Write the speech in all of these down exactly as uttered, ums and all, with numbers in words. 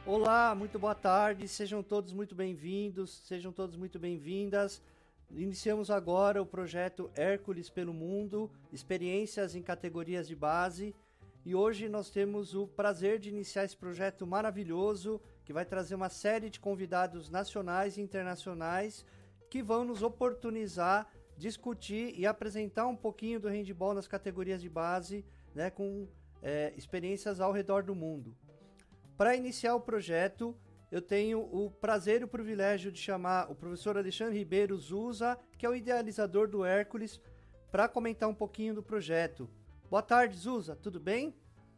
Olá, muito boa tarde, sejam todos muito bem-vindos, sejam todos muito bem-vindas. Iniciamos agora o projeto Hércules pelo Mundo, experiências em categorias de base. E hoje nós temos o prazer de iniciar esse projeto maravilhoso, que vai trazer uma série de convidados nacionais e internacionais que vão nos oportunizar, discutir e apresentar um pouquinho do handebol nas categorias de base, né, com é, experiências ao redor do mundo. Para iniciar o projeto, eu tenho o prazer e o privilégio de chamar o professor Alexandre Ribeiro Zusa, que é o idealizador do Hércules, para comentar um pouquinho do projeto. Boa tarde, Zusa, tudo bem?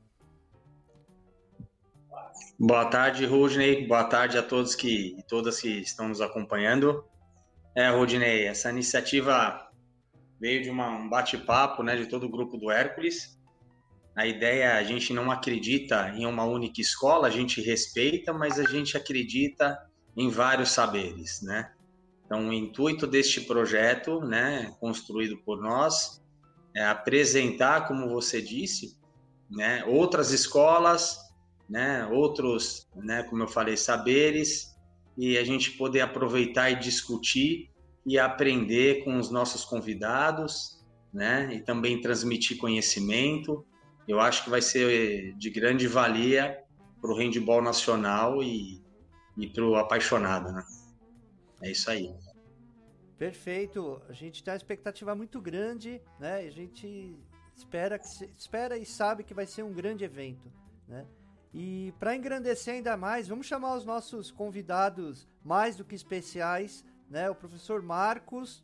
Boa tarde, Rodney. Boa tarde a todos que e todas que estão nos acompanhando. É, Rodney, essa iniciativa veio de uma, um bate-papo, né, de todo o grupo do Hércules. A ideia, a gente não acredita em uma única escola, a gente respeita, mas a gente acredita em vários saberes, né? Então, o intuito deste projeto, né, construído por nós, é apresentar, como você disse, né, outras escolas, né, outros, né, como eu falei, saberes, e a gente poder aproveitar e discutir e aprender com os nossos convidados, né, e também transmitir conhecimento. Eu acho que vai ser de grande valia para o handebol nacional e, e para o apaixonado, né? É isso aí. Perfeito, a gente tem uma expectativa muito grande, né? A gente espera, que, espera e sabe que vai ser um grande evento, né? E para engrandecer ainda mais, vamos chamar os nossos convidados mais do que especiais, né? O professor Marcos,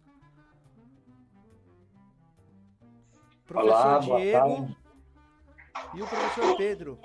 professor Olá, Diego e o professor Pedro.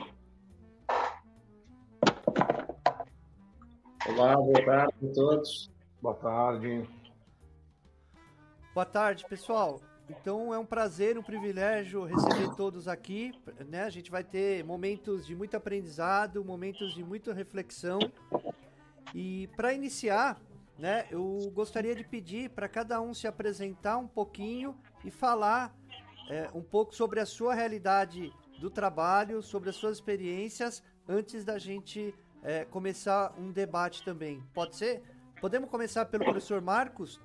Olá, boa tarde a todos. Boa tarde. Boa tarde, pessoal. Então é um prazer, um privilégio receber todos aqui, né? A gente vai ter momentos de muito aprendizado, momentos de muita reflexão. E para iniciar, né, eu gostaria de pedir para cada um se apresentar um pouquinho e falar é, um pouco sobre a sua realidade do trabalho, sobre as suas experiências, antes da gente é, começar um debate também. Pode ser? Podemos começar pelo professor Marcos?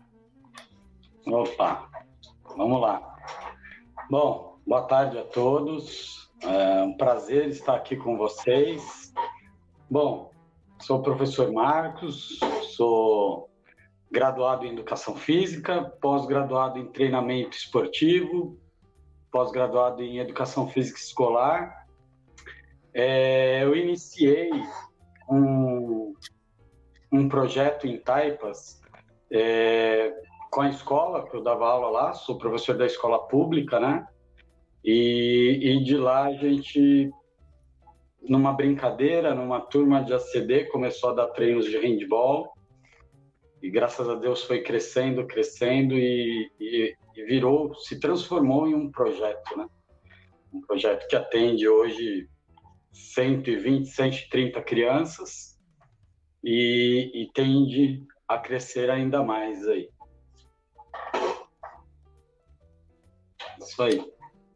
Opa, vamos lá. Bom, boa tarde a todos. É um prazer estar aqui com vocês. Bom, sou o professor Marcos, sou graduado em Educação Física, pós-graduado em Treinamento Esportivo, pós-graduado em Educação Física Escolar. É, eu iniciei um, um projeto em Taipas, é, com a escola, que eu dava aula lá, sou professor da escola pública, né? E, e de lá a gente, numa brincadeira, numa turma de A C D, começou a dar treinos de handball. E graças a Deus foi crescendo, crescendo e, e, e virou, se transformou em um projeto, né? Um projeto que atende hoje cento e vinte, cento e trinta crianças e, e tende a crescer ainda mais aí. Isso aí.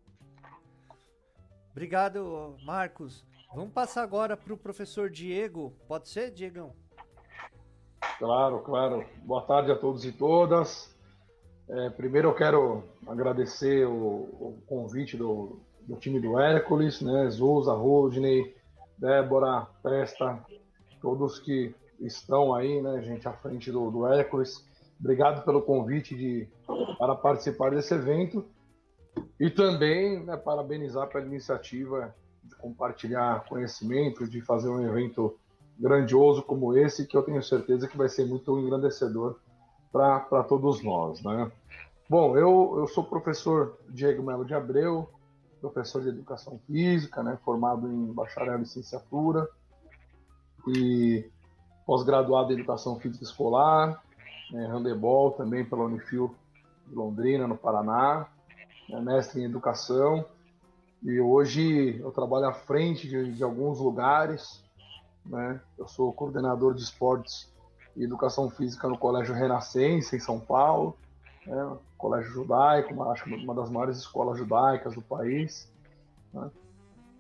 Obrigado, Marcos. Vamos passar agora para o professor Diego. Pode ser, Diegão? Claro, claro. Boa tarde a todos e todas. É, primeiro eu quero agradecer o, o convite do, do time do Hércules, né? Zusa, Rodney, Débora, Testa, todos que estão aí, né, gente, à frente do, do Hércules. Obrigado pelo convite de, para participar desse evento. E também, né, parabenizar pela iniciativa de compartilhar conhecimento, de fazer um evento grandioso como esse, que eu tenho certeza que vai ser muito engrandecedor para todos nós, né? Bom, eu, eu sou o professor Diego Melo de Abreu, professor de Educação Física, né, formado em bacharel e licenciatura, e pós-graduado em Educação Física Escolar, né, handebol também pela Unifil de Londrina, no Paraná, né, mestre em Educação, e hoje eu trabalho à frente de, de alguns lugares, né? Eu sou coordenador de esportes e educação física no Colégio Renascença, em São Paulo, né? Colégio judaico, uma, acho que uma das maiores escolas judaicas do país, né?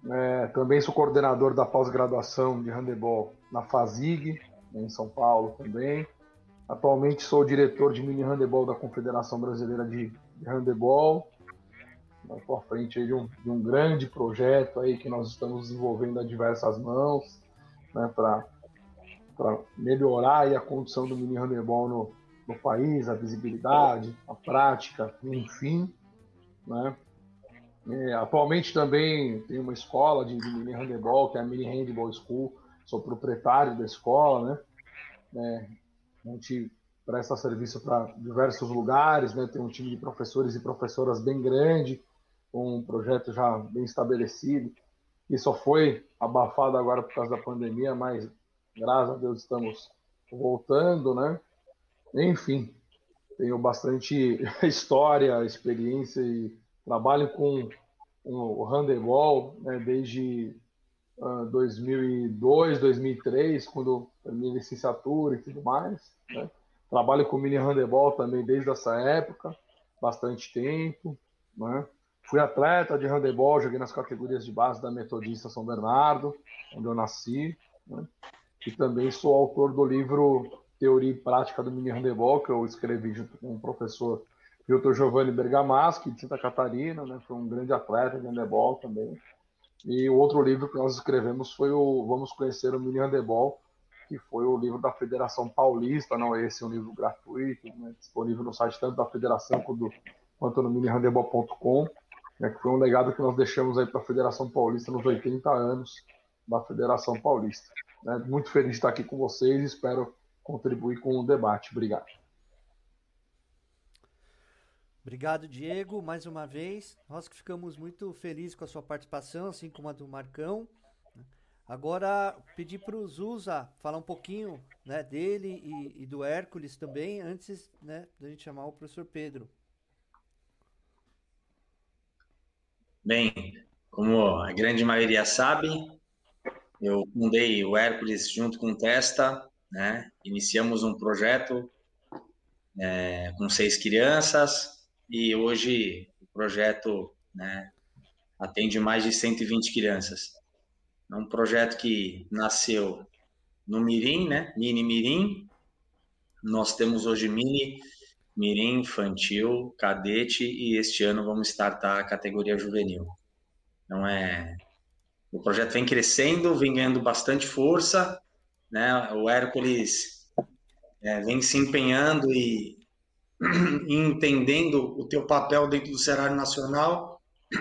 É, também sou coordenador da pós-graduação de handebol na FASIG, em São Paulo também. Atualmente sou diretor de mini handebol da Confederação Brasileira de, de Handebol. Estou à frente aí de, um, de um grande projeto aí que nós estamos desenvolvendo a diversas mãos, né, para melhorar aí a condição do mini handebol no, no país, a visibilidade, a prática, enfim, né? É, atualmente também tem uma escola de, de mini handebol, que é a Mini Handball School. Sou proprietário da escola, né? É, a gente presta serviço para diversos lugares, né? Tem um time de professores e professoras bem grande, com um projeto já bem estabelecido, que só foi abafado agora por causa da pandemia, mas graças a Deus estamos voltando, né? Enfim, tenho bastante história, experiência e trabalho com o handebol, né, desde uh, dois mil e dois, dois mil e três, quando terminei licenciatura e tudo mais, né? Trabalho com mini handebol também desde essa época, bastante tempo, né? Fui atleta de handebol, joguei nas categorias de base da Metodista São Bernardo, onde eu nasci, né? E também sou autor do livro Teoria e Prática do Mini Handebol, que eu escrevi junto com o professor Viltor Giovanni Bergamaschi, de Santa Catarina, né? Foi um grande atleta de handebol também. E o outro livro que nós escrevemos foi o Vamos Conhecer o Mini Handebol, que foi o livro da Federação Paulista, não esse é um livro gratuito, né? Disponível no site tanto da Federação quanto, quanto no mini handebol ponto com, né? Que foi um legado que nós deixamos aí para a Federação Paulista nos oitenta anos da Federação Paulista. Né? Muito feliz de estar aqui com vocês e espero contribuir com o debate. Obrigado. Obrigado, Diego, mais uma vez. Nós que ficamos muito felizes com a sua participação, assim como a do Marcão. Agora, pedir para o Zusa falar um pouquinho, né, dele e, e do Hércules também, antes, né, da gente chamar o professor Pedro. Bem, como a grande maioria sabe, eu fundei o Hércules junto com o Testa, né? Iniciamos um projeto é, com seis crianças e hoje o projeto, né, atende mais de cento e vinte crianças. É um projeto que nasceu no Mirim, né? Mini Mirim. Nós temos hoje Mini, Mirim, Infantil, Cadete e este ano vamos startar a categoria Juvenil. Então é... O projeto vem crescendo, vem ganhando bastante força, né? O Hércules é, vem se empenhando e, e entendendo o teu papel dentro do cenário nacional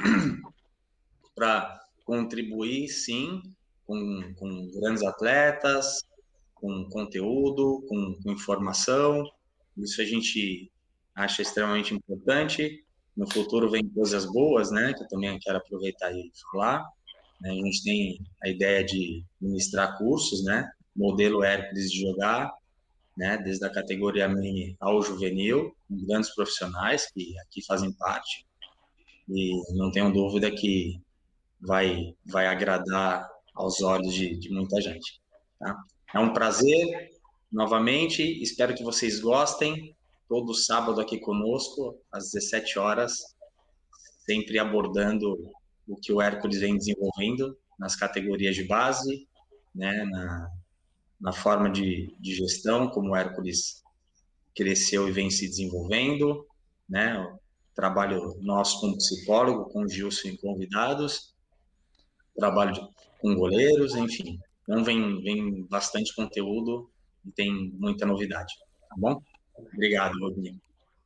para contribuir, sim, com, com grandes atletas, com conteúdo, com, com informação. Isso a gente acha extremamente importante. No futuro vem coisas boas, né? Que eu também quero aproveitar e falar. A gente tem a ideia de ministrar cursos, né? Modelo Hércules de jogar, né? Desde a categoria mini ao juvenil, com grandes profissionais que aqui fazem parte. E não tenho dúvida que vai, vai agradar aos olhos de, de muita gente. Tá? É um prazer, novamente, espero que vocês gostem. Todo sábado aqui conosco, às dezessete horas, sempre abordando o que o Hércules vem desenvolvendo nas categorias de base, né, na, na forma de, de gestão, como o Hércules cresceu e vem se desenvolvendo, né, o trabalho nosso como psicólogo, com o Gilson e convidados, trabalho de, com goleiros, enfim. Então vem, vem bastante conteúdo e tem muita novidade, tá bom? Obrigado, Rodrigo.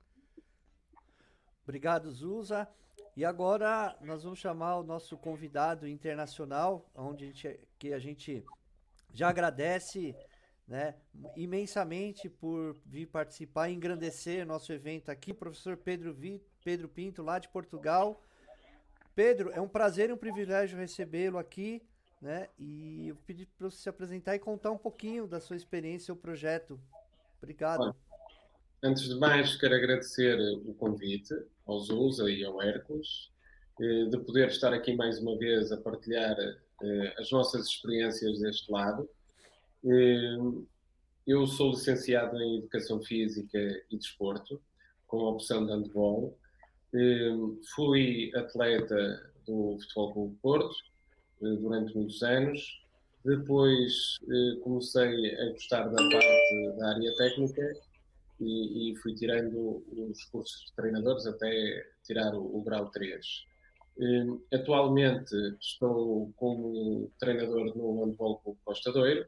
Obrigado, Zusa. E agora nós vamos chamar o nosso convidado internacional, onde a gente, que a gente já agradece, né, imensamente por vir participar e engrandecer nosso evento aqui, professor Pedro, Vi, Pedro Pinto, lá de Portugal. Pedro, é um prazer e um privilégio recebê-lo aqui, né? E eu pedi para você se apresentar e contar um pouquinho da sua experiência e seu projeto. Obrigado. Olha, antes de mais, quero agradecer o convite ao Zusa e ao Hércules, de poder estar aqui mais uma vez a partilhar as nossas experiências deste lado. Eu sou licenciado em Educação Física e Desporto, com a opção de handball. Fui atleta do Futebol Clube Porto durante muitos anos. Depois comecei a gostar da parte da área técnica e, e fui tirando os cursos de treinadores até tirar o, o grau três. Atualmente estou como treinador no Handball Clube Costa Doiro.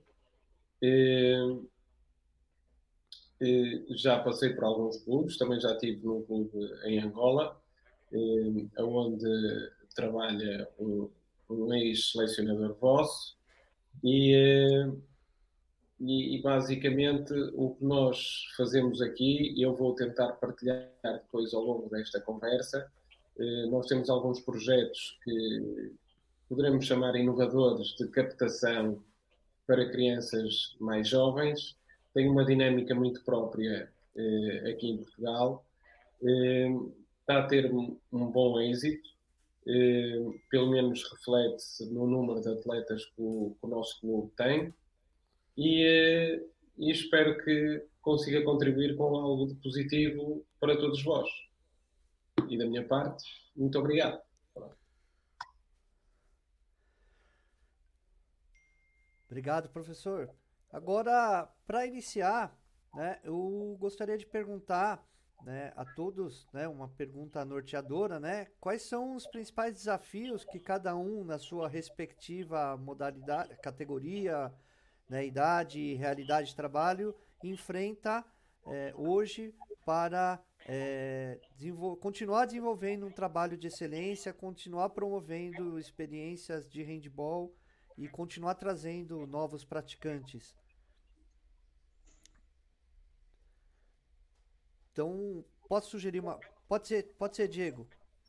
Já passei por alguns clubes, também já estive num clube em Angola, onde trabalha um, um ex-selecionador vosso, e, e, e basicamente o que nós fazemos aqui, eu vou tentar partilhar depois ao longo desta conversa. Nós temos alguns projetos que poderemos chamar inovadores de captação para crianças mais jovens. Tem uma dinâmica muito própria eh, aqui em Portugal. Eh, está a ter um, um bom êxito, eh, pelo menos reflete-se no número de atletas que o, que o nosso clube tem, e, eh, e espero que consiga contribuir com algo de positivo para todos vós. E da minha parte, muito obrigado. Obrigado, professor. Agora, para iniciar, né, eu gostaria de perguntar, né, a todos, né, uma pergunta norteadora, né, quais são os principais desafios que cada um, na sua respectiva modalidade, categoria, né, idade e realidade de trabalho, enfrenta é, hoje para é, desenvol- continuar desenvolvendo um trabalho de excelência, continuar promovendo experiências de handball e continuar trazendo novos praticantes. Então, posso sugerir uma... Pode ser, pode ser, Diego.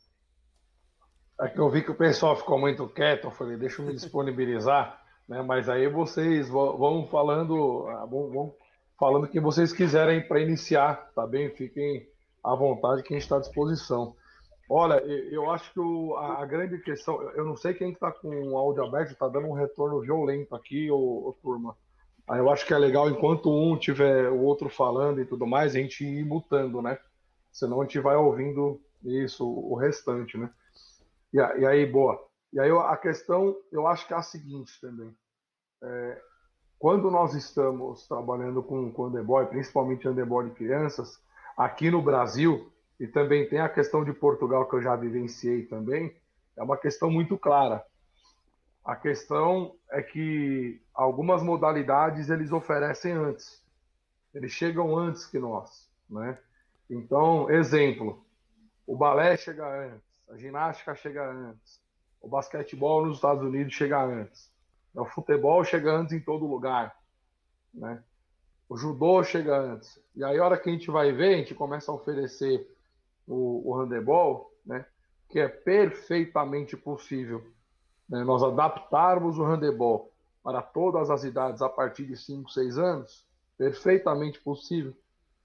É que eu vi que o pessoal ficou muito quieto, eu falei, deixa eu me disponibilizar, né? Mas aí vocês vão falando, vão, vão falando o que vocês quiserem para iniciar, tá bem? Fiquem à vontade, que a gente está à disposição. Olha, eu acho que o, a, a grande questão, eu não sei quem está com o áudio aberto, está dando um retorno violento aqui, ô, ô, turma. Aí eu acho que é legal, enquanto um tiver o outro falando e tudo mais, a gente ir mutando, né? Senão a gente vai ouvindo isso, o restante, né? E, e aí, boa. E aí a questão, eu acho que é a seguinte também. É, quando nós estamos trabalhando com, com handebol, principalmente handebol de crianças, aqui no Brasil, e também tem a questão de Portugal que eu já vivenciei também, é uma questão muito clara. A questão é que algumas modalidades eles oferecem antes. Eles chegam antes que nós, né? Então, exemplo, o balé chega antes, a ginástica chega antes, o basquetebol nos Estados Unidos chega antes, o futebol chega antes em todo lugar, né? O judô chega antes. E aí, a hora que a gente vai ver, a gente começa a oferecer o, o handebol, né? Que é perfeitamente possível, né, nós adaptarmos o handebol para todas as idades a partir de cinco, seis anos, perfeitamente possível,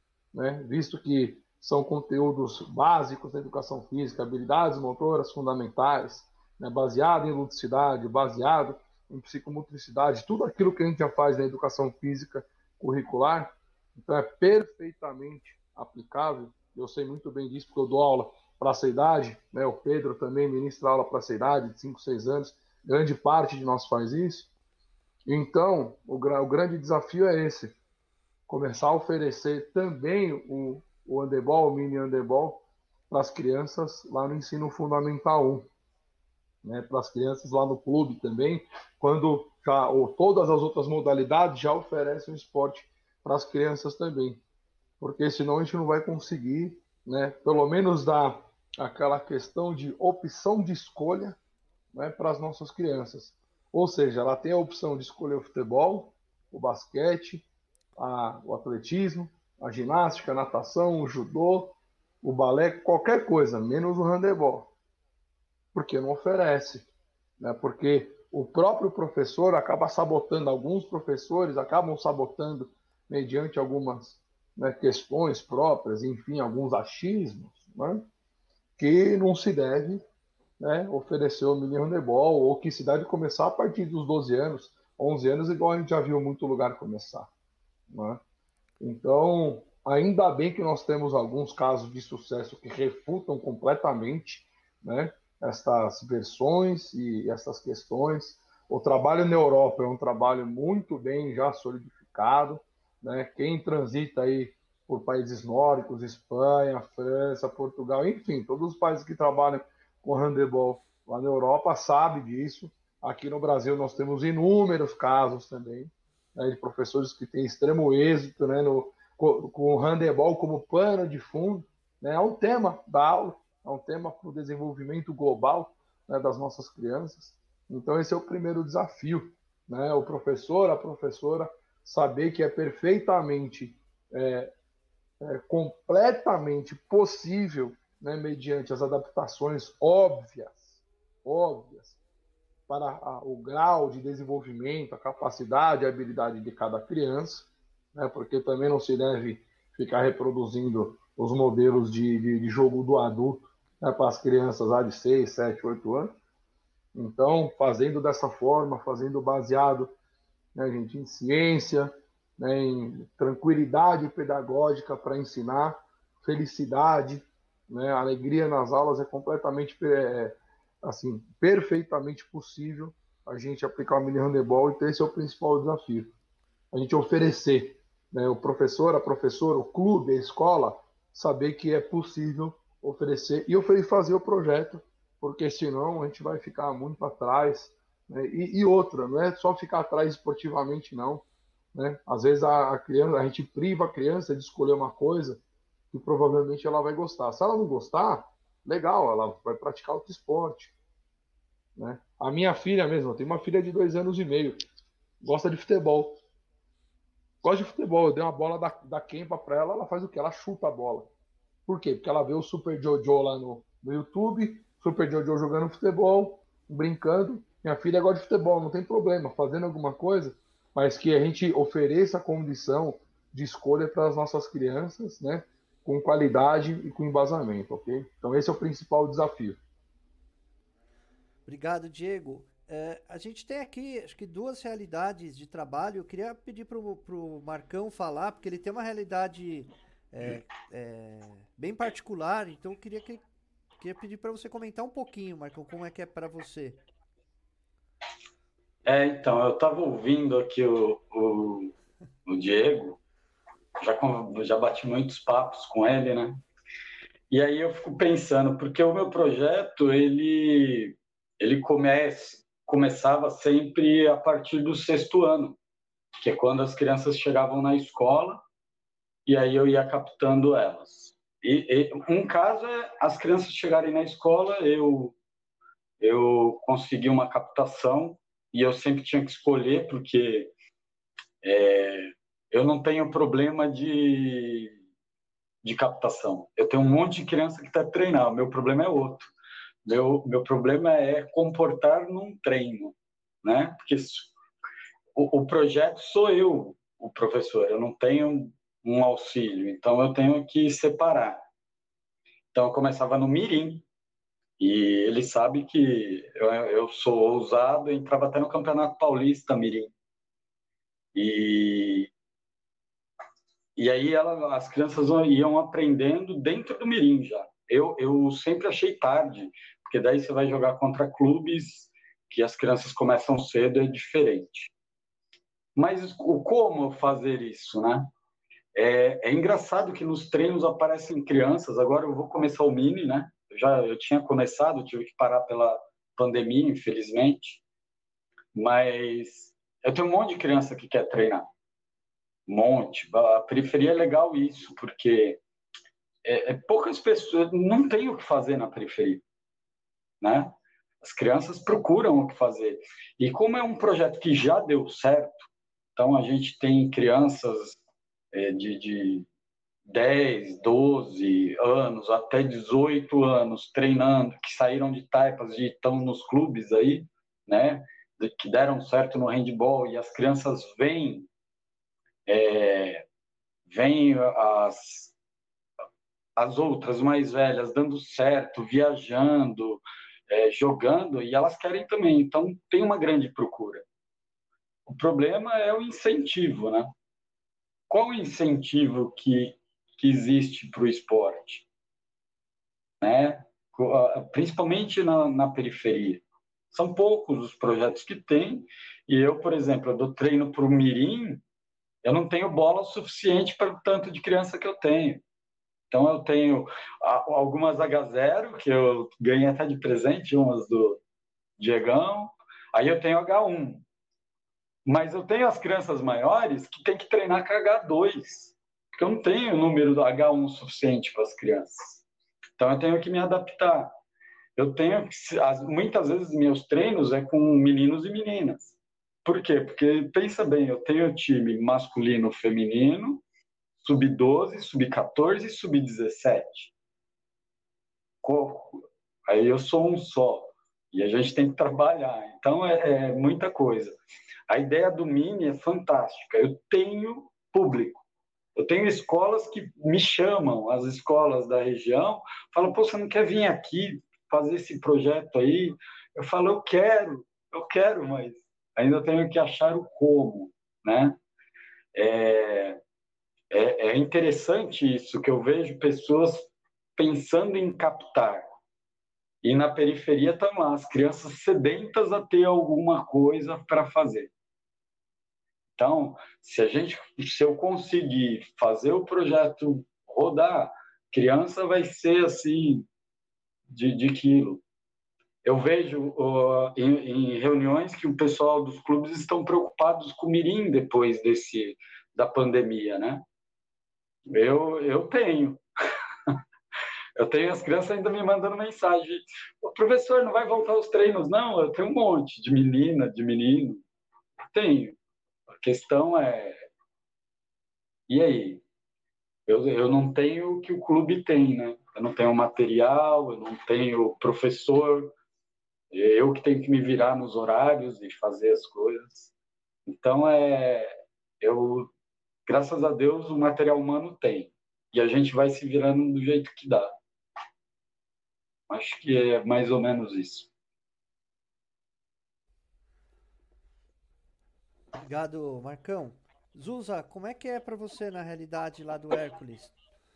né? Visto que são conteúdos básicos da educação física, habilidades motoras fundamentais, né, baseado em ludicidade, baseado em psicomotricidade, tudo aquilo que a gente já faz na educação física curricular, então é perfeitamente aplicável. Eu sei muito bem disso, porque eu dou aula para essa idade, né? O Pedro também ministra aula para essa idade, de cinco, seis anos, grande parte de nós faz isso. Então, o, o grande desafio é esse, começar a oferecer também o, o handebol, o mini handebol, para as crianças lá no ensino fundamental um, né? Para as crianças lá no clube também, quando já, ou todas as outras modalidades já oferecem o esporte para as crianças também, porque senão a gente não vai conseguir, né, pelo menos dar aquela questão de opção de escolha, né, para as nossas crianças. Ou seja, ela tem a opção de escolher o futebol, o basquete, a, o atletismo, a ginástica, a natação, o judô, o balé, qualquer coisa, menos o handebol. Porque não oferece, né? Porque o próprio professor acaba sabotando, alguns professores acabam sabotando mediante algumas, né, questões próprias, enfim, alguns achismos, né, que não se deve, né, oferecer o mini handebol, ou que se deve começar a partir dos doze anos, onze anos, igual a gente já viu muito lugar começar, né? Então, ainda bem que nós temos alguns casos de sucesso que refutam completamente, né, estas versões e essas questões. O trabalho na Europa é um trabalho muito bem já solidificado, né? Quem transita aí por países nórdicos, Espanha, França, Portugal, enfim, todos os países que trabalham com handebol lá na Europa sabe disso. Aqui no Brasil nós temos inúmeros casos também, né, de professores que têm extremo êxito, né, no, com, com o handebol como pano de fundo, né, é um tema da aula, é um tema para o desenvolvimento global, né, das nossas crianças. Então esse é o primeiro desafio, né, o professor, a professora, saber que é perfeitamente, é, é, completamente possível, né, mediante as adaptações óbvias, óbvias, para a, o grau de desenvolvimento, a capacidade, a habilidade de cada criança, né, porque também não se deve ficar reproduzindo os modelos de, de, de jogo do adulto, né, para as crianças lá de seis, sete, oito anos. Então, fazendo dessa forma, fazendo baseado, né, gente, em ciência, né, em tranquilidade pedagógica para ensinar, felicidade, né, alegria nas aulas, é completamente, é, assim, perfeitamente possível a gente aplicar o mini handebol, então esse é o principal desafio. A gente oferecer, né, o professor, a professora, o clube, a escola, saber que é possível oferecer e fazer o projeto, porque senão a gente vai ficar muito atrás, né? E, e outra, não é só ficar atrás esportivamente, não, né? Às vezes a, a criança, a gente priva a criança de escolher uma coisa que provavelmente ela vai gostar. Se ela não gostar, legal, ela vai praticar outro esporte, né? A minha filha mesmo, eu tenho uma filha de dois anos e meio, gosta de futebol. Gosta de futebol, eu dei uma bola da, da Kempa para ela, ela faz o quê? Ela chuta a bola. Por quê? Porque ela vê o Super Jojo lá no, no YouTube, Super Jojo jogando futebol, brincando. Minha filha gosta de futebol, não tem problema, fazendo alguma coisa, mas que a gente ofereça a condição de escolha para as nossas crianças, né? Com qualidade e com embasamento, ok? Então esse é o principal desafio. Obrigado, Diego. É, a gente tem aqui, acho que duas realidades de trabalho. Eu queria pedir para o Marcão falar, porque ele tem uma realidade é, é, bem particular. Então eu queria, que, queria pedir para você comentar um pouquinho, Marcão, como é que é para você. É, então, eu estava ouvindo aqui o, o, o Diego, já, com, já bati muitos papos com ele, né? E aí eu fico pensando, porque o meu projeto, ele, ele começa, começava sempre a partir do sexto ano, que é quando as crianças chegavam na escola, e aí eu ia captando elas. E, e um caso é as crianças chegarem na escola, eu, eu consegui uma captação, e eu sempre tinha que escolher, porque é, eu não tenho problema de, de captação. Eu tenho um monte de criança que está treinando, meu problema é outro. Meu, meu problema é comportar num treino, né? Porque o, o projeto sou eu, o professor, eu não tenho um auxílio, então eu tenho que separar. Então eu começava no mirim, e ele sabe que eu, eu sou ousado, entrava até no Campeonato Paulista mirim. E, e aí ela, as crianças iam aprendendo dentro do mirim já. Eu, eu sempre achei tarde, porque daí você vai jogar contra clubes que as crianças começam cedo, é diferente. Mas o como fazer isso, né? É, é engraçado que nos treinos aparecem crianças, agora eu vou começar o mini, né? Eu já eu tinha começado, tive que parar pela pandemia, infelizmente, mas eu tenho um monte de criança que quer treinar. Um monte. A periferia é legal isso, porque é, é poucas pessoas, não tem o que fazer na periferia, né? As crianças procuram o que fazer. E como é um projeto que já deu certo, então a gente tem crianças é, de, de dez, doze anos, até dezoito anos treinando, que saíram de taipas e estão nos clubes aí, né? Que deram certo no handball, e as crianças veem, é, veem as, as outras mais velhas dando certo, viajando, é, jogando, e elas querem também. Então, tem uma grande procura. O problema é o incentivo, né? Qual o incentivo que, que existe para o esporte? Né? principalmente na, na periferia. São poucos os projetos que tem, e eu, por exemplo, eu dou treino para o Mirim, eu não tenho bola o suficiente para o tanto de criança que eu tenho. Então, eu tenho algumas H zero, que eu ganhei até de presente, umas do Diegão, aí eu tenho H um. Mas eu tenho as crianças maiores que tem que treinar com H dois, porque eu não tenho o número do H um suficiente para as crianças. Então, eu tenho que me adaptar. Eu tenho, muitas vezes, meus treinos é com meninos e meninas. Por quê? Porque, pensa bem, eu tenho time masculino, feminino, sub doze, sub quatorze e sub dezessete. Aí eu sou um só. E a gente tem que trabalhar. Então, é, é muita coisa. A ideia do Mini é fantástica. Eu tenho público. Eu tenho escolas que me chamam, as escolas da região, falam, pô, você não quer vir aqui fazer esse projeto aí? Eu falo, eu quero, eu quero, mas ainda tenho que achar o como, né? É, é, é interessante isso, que eu vejo pessoas pensando em captar. E na periferia estão lá, as crianças sedentas a ter alguma coisa para fazer. Então, se a gente, se eu conseguir fazer o projeto rodar, criança vai ser assim de, de quilo. Eu vejo uh, em, em reuniões que o pessoal dos clubes estão preocupados com o Mirim depois desse da pandemia, né? Eu eu tenho. Eu tenho as crianças ainda me mandando mensagem. O professor, não vai voltar aos treinos? Não, eu tenho um monte de menina, de menino. Tenho. A questão é, e aí? Eu, eu não tenho o que o clube tem, né? Eu não tenho material, eu não tenho professor, eu que tenho que me virar nos horários e fazer as coisas. Então, é, eu, graças a Deus, o material humano tem. E a gente vai se virando do jeito que dá. Acho que é mais ou menos isso. Obrigado, Marcão. Zusa, como é que é para você na realidade lá do Hércules?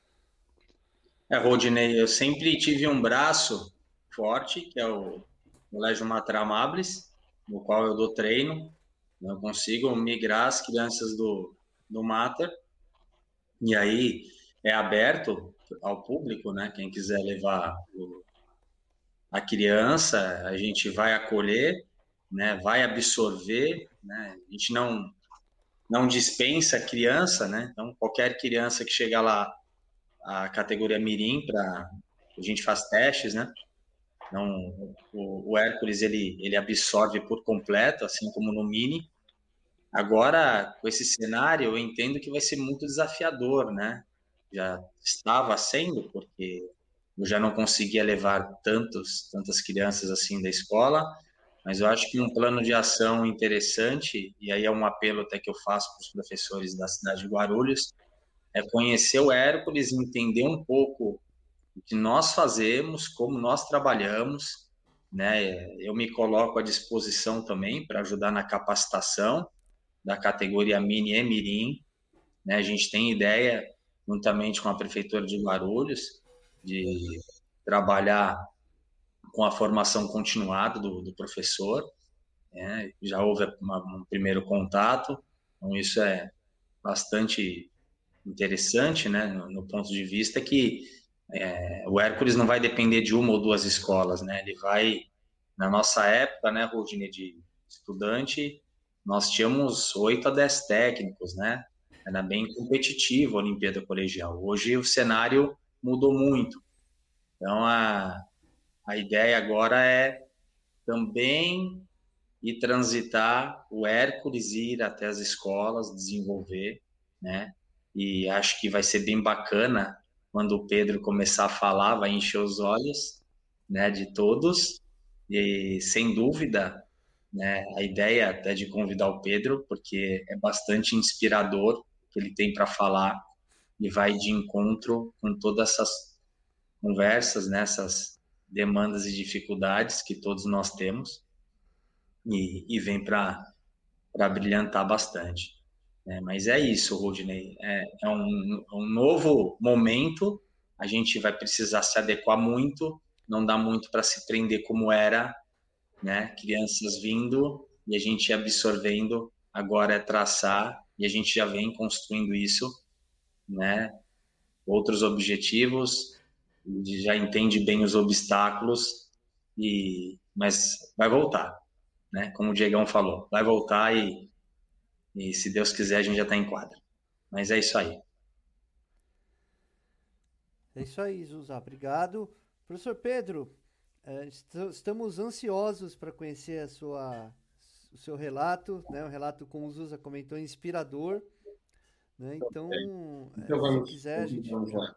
É, Rodinei, eu sempre tive um braço forte, que é o Colégio Mater Amabilis, no qual eu dou treino. Eu consigo migrar as crianças do, do Mater, e aí é aberto ao público, né? Quem quiser levar o, a criança, a gente vai acolher, né? Vai absorver, né? A gente não não dispensa a criança, né? Então, qualquer criança que chegar lá, a categoria Mirim, para a gente faz testes, né? Então, o, o Hércules, ele, ele absorve por completo, assim como no Mini. Agora, com esse cenário, eu entendo que vai ser muito desafiador, né? Já estava sendo, porque eu já não conseguia levar tantos, tantas crianças assim da escola, mas eu acho que um plano de ação interessante, e aí é um apelo até que eu faço para os professores da cidade de Guarulhos, é conhecer o Hércules, entender um pouco o que nós fazemos, como nós trabalhamos, né? Eu me coloco à disposição também para ajudar na capacitação da categoria Mini e Mirim, né? A gente tem ideia, juntamente com a Prefeitura de Guarulhos, de trabalhar com a formação continuada do, do professor, né? Já houve uma, um primeiro contato, então isso é bastante interessante, né? No, no ponto de vista que é, o Hércules não vai depender de uma ou duas escolas, né? Ele vai, na nossa época, né, Rodine, de estudante, nós tínhamos oito a dez técnicos, né? Era bem competitivo a Olimpíada Colegial. Hoje o cenário mudou muito. Então, a, a ideia agora é também ir transitar o Hércules, ir até as escolas, desenvolver, né? E acho que vai ser bem bacana quando o Pedro começar a falar, vai encher os olhos, né, de todos. E, sem dúvida, né, a ideia até de convidar o Pedro, porque é bastante inspirador o que ele tem para falar e vai de encontro com todas essas conversas, né, essas demandas e dificuldades que todos nós temos e, e vem para brilhantar bastante. É, mas é isso, Rodney. É, é um, um novo momento, a gente vai precisar se adequar muito, não dá muito para se prender como era, né? Crianças vindo e a gente absorvendo, agora é traçar, e a gente já vem construindo isso, né? Outros objetivos, já entende bem os obstáculos, e mas vai voltar, né? Como o Diegão falou, vai voltar e, e se Deus quiser a gente já está em quadra. Mas é isso aí. É isso aí, Zusa. Obrigado. Professor Pedro, é, estamos ansiosos para conhecer a sua, o seu relato, né? Um relato, como o Zusa comentou, inspirador. Né? Então, então é, vamos, se quiser, a gente... vamos lá.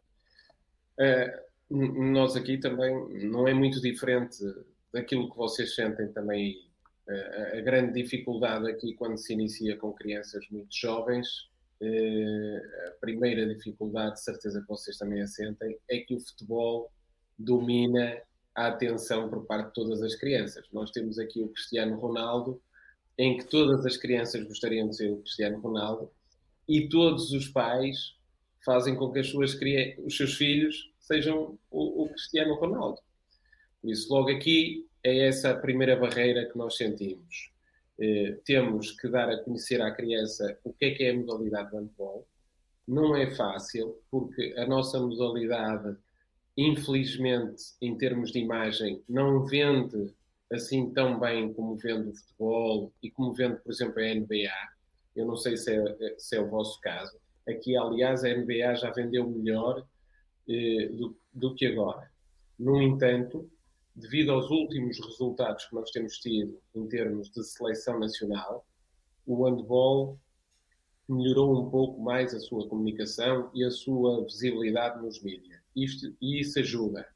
É, nós aqui também não é muito diferente daquilo que vocês sentem também. A grande dificuldade aqui quando se inicia com crianças muito jovens, a primeira dificuldade, de certeza que vocês também a sentem, é que o futebol domina a atenção por parte de todas as crianças. Nós temos aqui o Cristiano Ronaldo, em que todas as crianças gostariam de ser o Cristiano Ronaldo, e todos os pais fazem com que as suas, os seus filhos sejam o, o Cristiano Ronaldo. Por isso, logo aqui, é essa a primeira barreira que nós sentimos. Eh, temos que dar a conhecer à criança o que é que é a modalidade de handball. Não é fácil, porque a nossa modalidade, infelizmente, em termos de imagem, não vende assim tão bem como vende o futebol e como vende, por exemplo, a N B A. Eu não sei se é, se é o vosso caso. Aqui, aliás, a N B A já vendeu melhor eh, do, do que agora. No entanto, devido aos últimos resultados que nós temos tido em termos de seleção nacional, o handball melhorou um pouco mais a sua comunicação e a sua visibilidade nos mídias. Isto, e isso ajuda.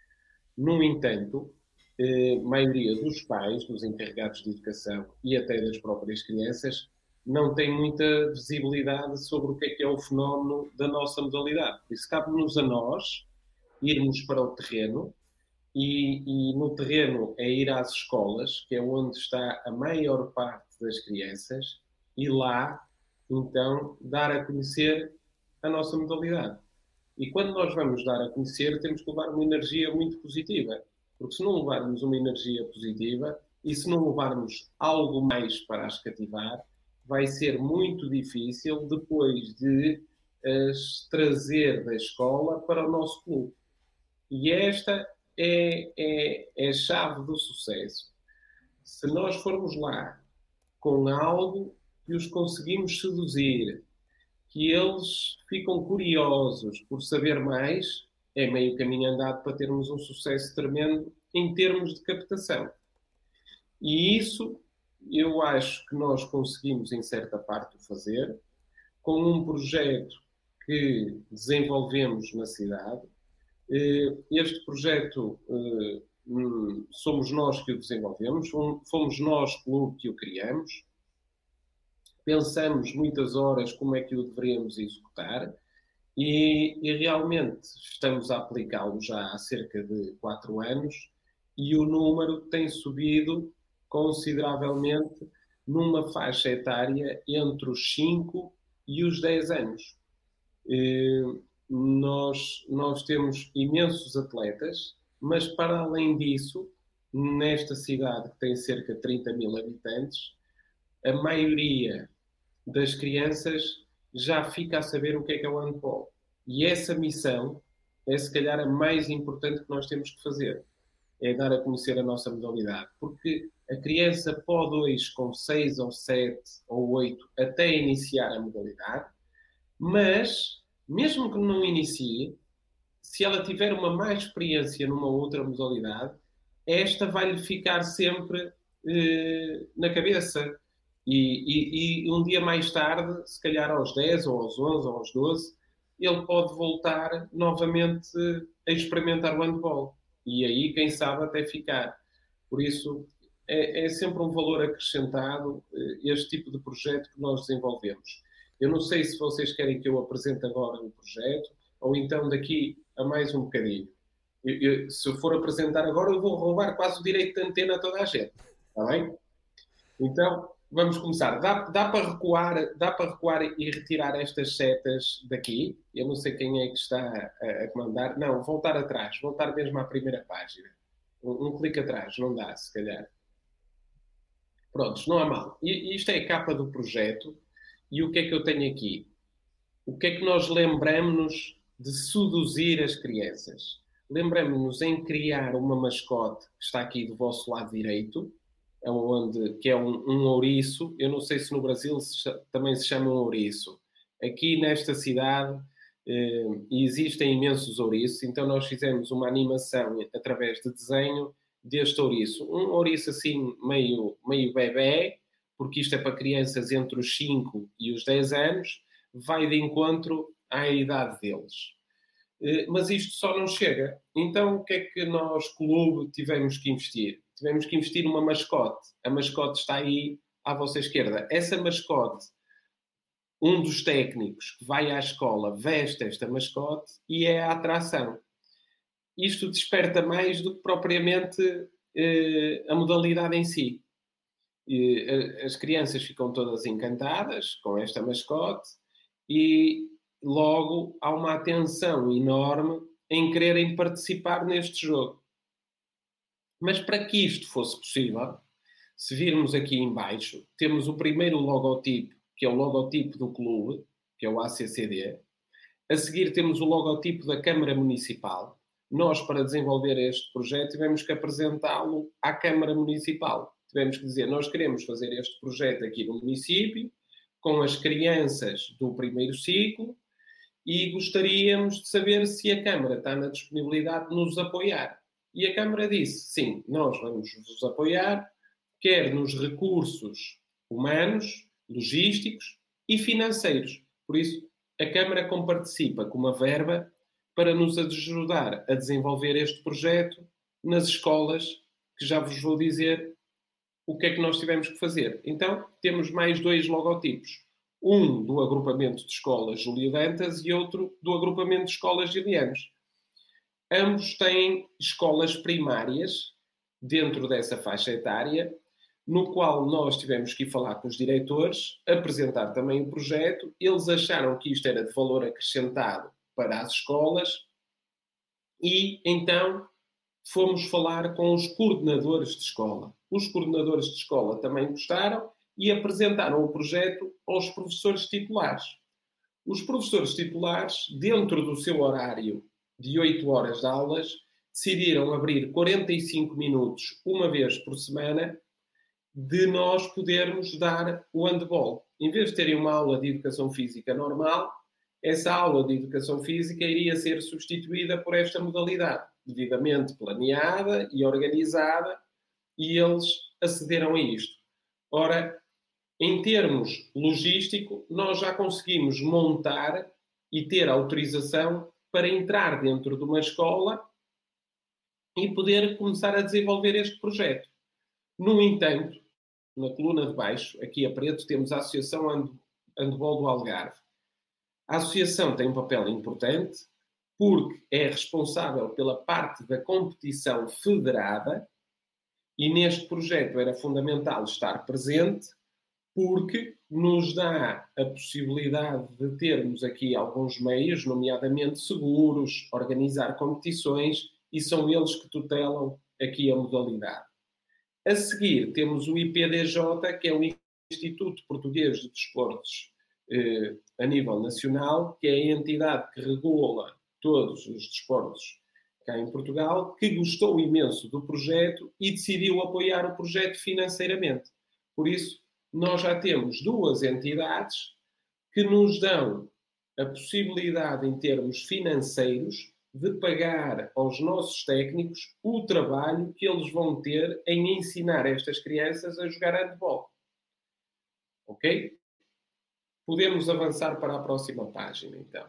No entanto, a maioria dos pais, dos encarregados de educação e até das próprias crianças, não tem muita visibilidade sobre o que é que é o fenómeno da nossa modalidade. Por isso, cabe-nos a nós irmos para o terreno, e, e no terreno é ir às escolas, que é onde está a maior parte das crianças, e lá, então, dar a conhecer a nossa modalidade. E quando nós vamos dar a conhecer, temos que levar uma energia muito positiva. Porque se não levarmos uma energia positiva e se não levarmos algo mais para as cativar, vai ser muito difícil depois de as trazer da escola para o nosso clube. E esta é, é, é a chave do sucesso. Se nós formos lá com algo que os conseguimos seduzir, que eles ficam curiosos por saber mais, é meio caminho andado para termos um sucesso tremendo em termos de captação. E isso eu acho que nós conseguimos, em certa parte, fazer com um projeto que desenvolvemos na cidade. Este projeto somos nós que o desenvolvemos, fomos nós, clube, que o criamos. Pensamos muitas horas como é que o deveríamos executar e, e realmente estamos a aplicá-lo já há cerca de quatro anos e o número tem subido consideravelmente numa faixa etária entre os cinco e os dez anos. E nós, nós temos imensos atletas, mas para além disso, nesta cidade que tem cerca de trinta mil habitantes, a maioria das crianças já fica a saber o que é que é o handball. E essa missão é, se calhar, a mais importante que nós temos que fazer. É dar a conhecer a nossa modalidade. Porque a criança pode hoje, com seis ou sete ou oito, até iniciar a modalidade, mas, mesmo que não inicie, se ela tiver uma má experiência numa outra modalidade, esta vai-lhe ficar sempre eh, na cabeça. E, e, e um dia mais tarde, se calhar aos dez, ou aos onze, ou aos doze, ele pode voltar novamente a experimentar o handball. E aí, quem sabe, até ficar. Por isso, é, é sempre um valor acrescentado este tipo de projeto que nós desenvolvemos. Eu não sei se vocês querem que eu apresente agora o projeto, ou então daqui a mais um bocadinho. Eu, eu, se eu for apresentar agora, eu vou roubar quase o direito de antena a toda a gente. Está bem? Então, vamos começar. Dá, dá para recuar, dá para recuar e retirar estas setas daqui? Eu não sei quem é que está a, a comandar. Não, voltar atrás. Voltar mesmo à primeira página. Um, um clique atrás, não dá, se calhar. Prontos, não há mal. E, isto é a capa do projeto. E o que é que eu tenho aqui? O que é que nós lembramos-nos de seduzir as crianças? Lembramos-nos em criar uma mascote que está aqui do vosso lado direito, onde, que é um, um ouriço. Eu não sei se no Brasil se, também se chama um ouriço. Aqui nesta cidade eh, existem imensos ouriços, então nós fizemos uma animação através de desenho deste ouriço. Um ouriço assim meio, meio bebé, porque isto é para crianças entre os cinco e os dez anos, vai de encontro à idade deles. Eh, mas isto só não chega. Então o que é que nós, clube, tivemos que investir? Tivemos que investir numa mascote. A mascote está aí à vossa esquerda. Essa mascote, um dos técnicos que vai à escola veste esta mascote e é a atração. Isto desperta mais do que propriamente eh, a modalidade em si. E, as crianças ficam todas encantadas com esta mascote e logo há uma atenção enorme em quererem participar neste jogo. Mas para que isto fosse possível, se virmos aqui em baixo, temos o primeiro logotipo, que é o logotipo do clube, que é o A C C D. A seguir temos o logotipo da Câmara Municipal. Nós, para desenvolver este projeto, tivemos que apresentá-lo à Câmara Municipal. Tivemos que dizer, nós queremos fazer este projeto aqui no município, com as crianças do primeiro ciclo, e gostaríamos de saber se a Câmara está na disponibilidade de nos apoiar. E a Câmara disse, sim, nós vamos vos apoiar, quer nos recursos humanos, logísticos e financeiros. Por isso, a Câmara comparticipa com uma verba para nos ajudar a desenvolver este projeto nas escolas, que já vos vou dizer o que é que nós tivemos que fazer. Então, temos mais dois logotipos. Um do agrupamento de escolas Júlio Dantas e outro do agrupamento de escolas Gilianos. Ambos têm escolas primárias dentro dessa faixa etária, no qual nós tivemos que ir falar com os diretores, apresentar também o projeto. Eles acharam que isto era de valor acrescentado para as escolas e, então, fomos falar com os coordenadores de escola. Os coordenadores de escola também gostaram e apresentaram o projeto aos professores titulares. Os professores titulares, dentro do seu horário de oito horas de aulas, decidiram abrir quarenta e cinco minutos, uma vez por semana, de nós podermos dar o handball. Em vez de terem uma aula de educação física normal, essa aula de educação física iria ser substituída por esta modalidade, devidamente planeada e organizada, e eles acederam a isto. Ora, em termos logístico, nós já conseguimos montar e ter autorização para entrar dentro de uma escola e poder começar a desenvolver este projeto. No entanto, na coluna de baixo, aqui a preto, temos a Associação Handball do Algarve. A associação tem um papel importante porque é responsável pela parte da competição federada e neste projeto era fundamental estar presente porque nos dá a possibilidade de termos aqui alguns meios, nomeadamente seguros, organizar competições, e são eles que tutelam aqui a modalidade. A seguir temos o I P D J, que é o Instituto Português de Desportos eh, a nível nacional, que é a entidade que regula todos os desportos cá em Portugal, que gostou imenso do projeto e decidiu apoiar o projeto financeiramente. Por isso, nós já temos duas entidades que nos dão a possibilidade, em termos financeiros, de pagar aos nossos técnicos o trabalho que eles vão ter em ensinar estas crianças a jogar handball. Ok? Podemos avançar para a próxima página, então.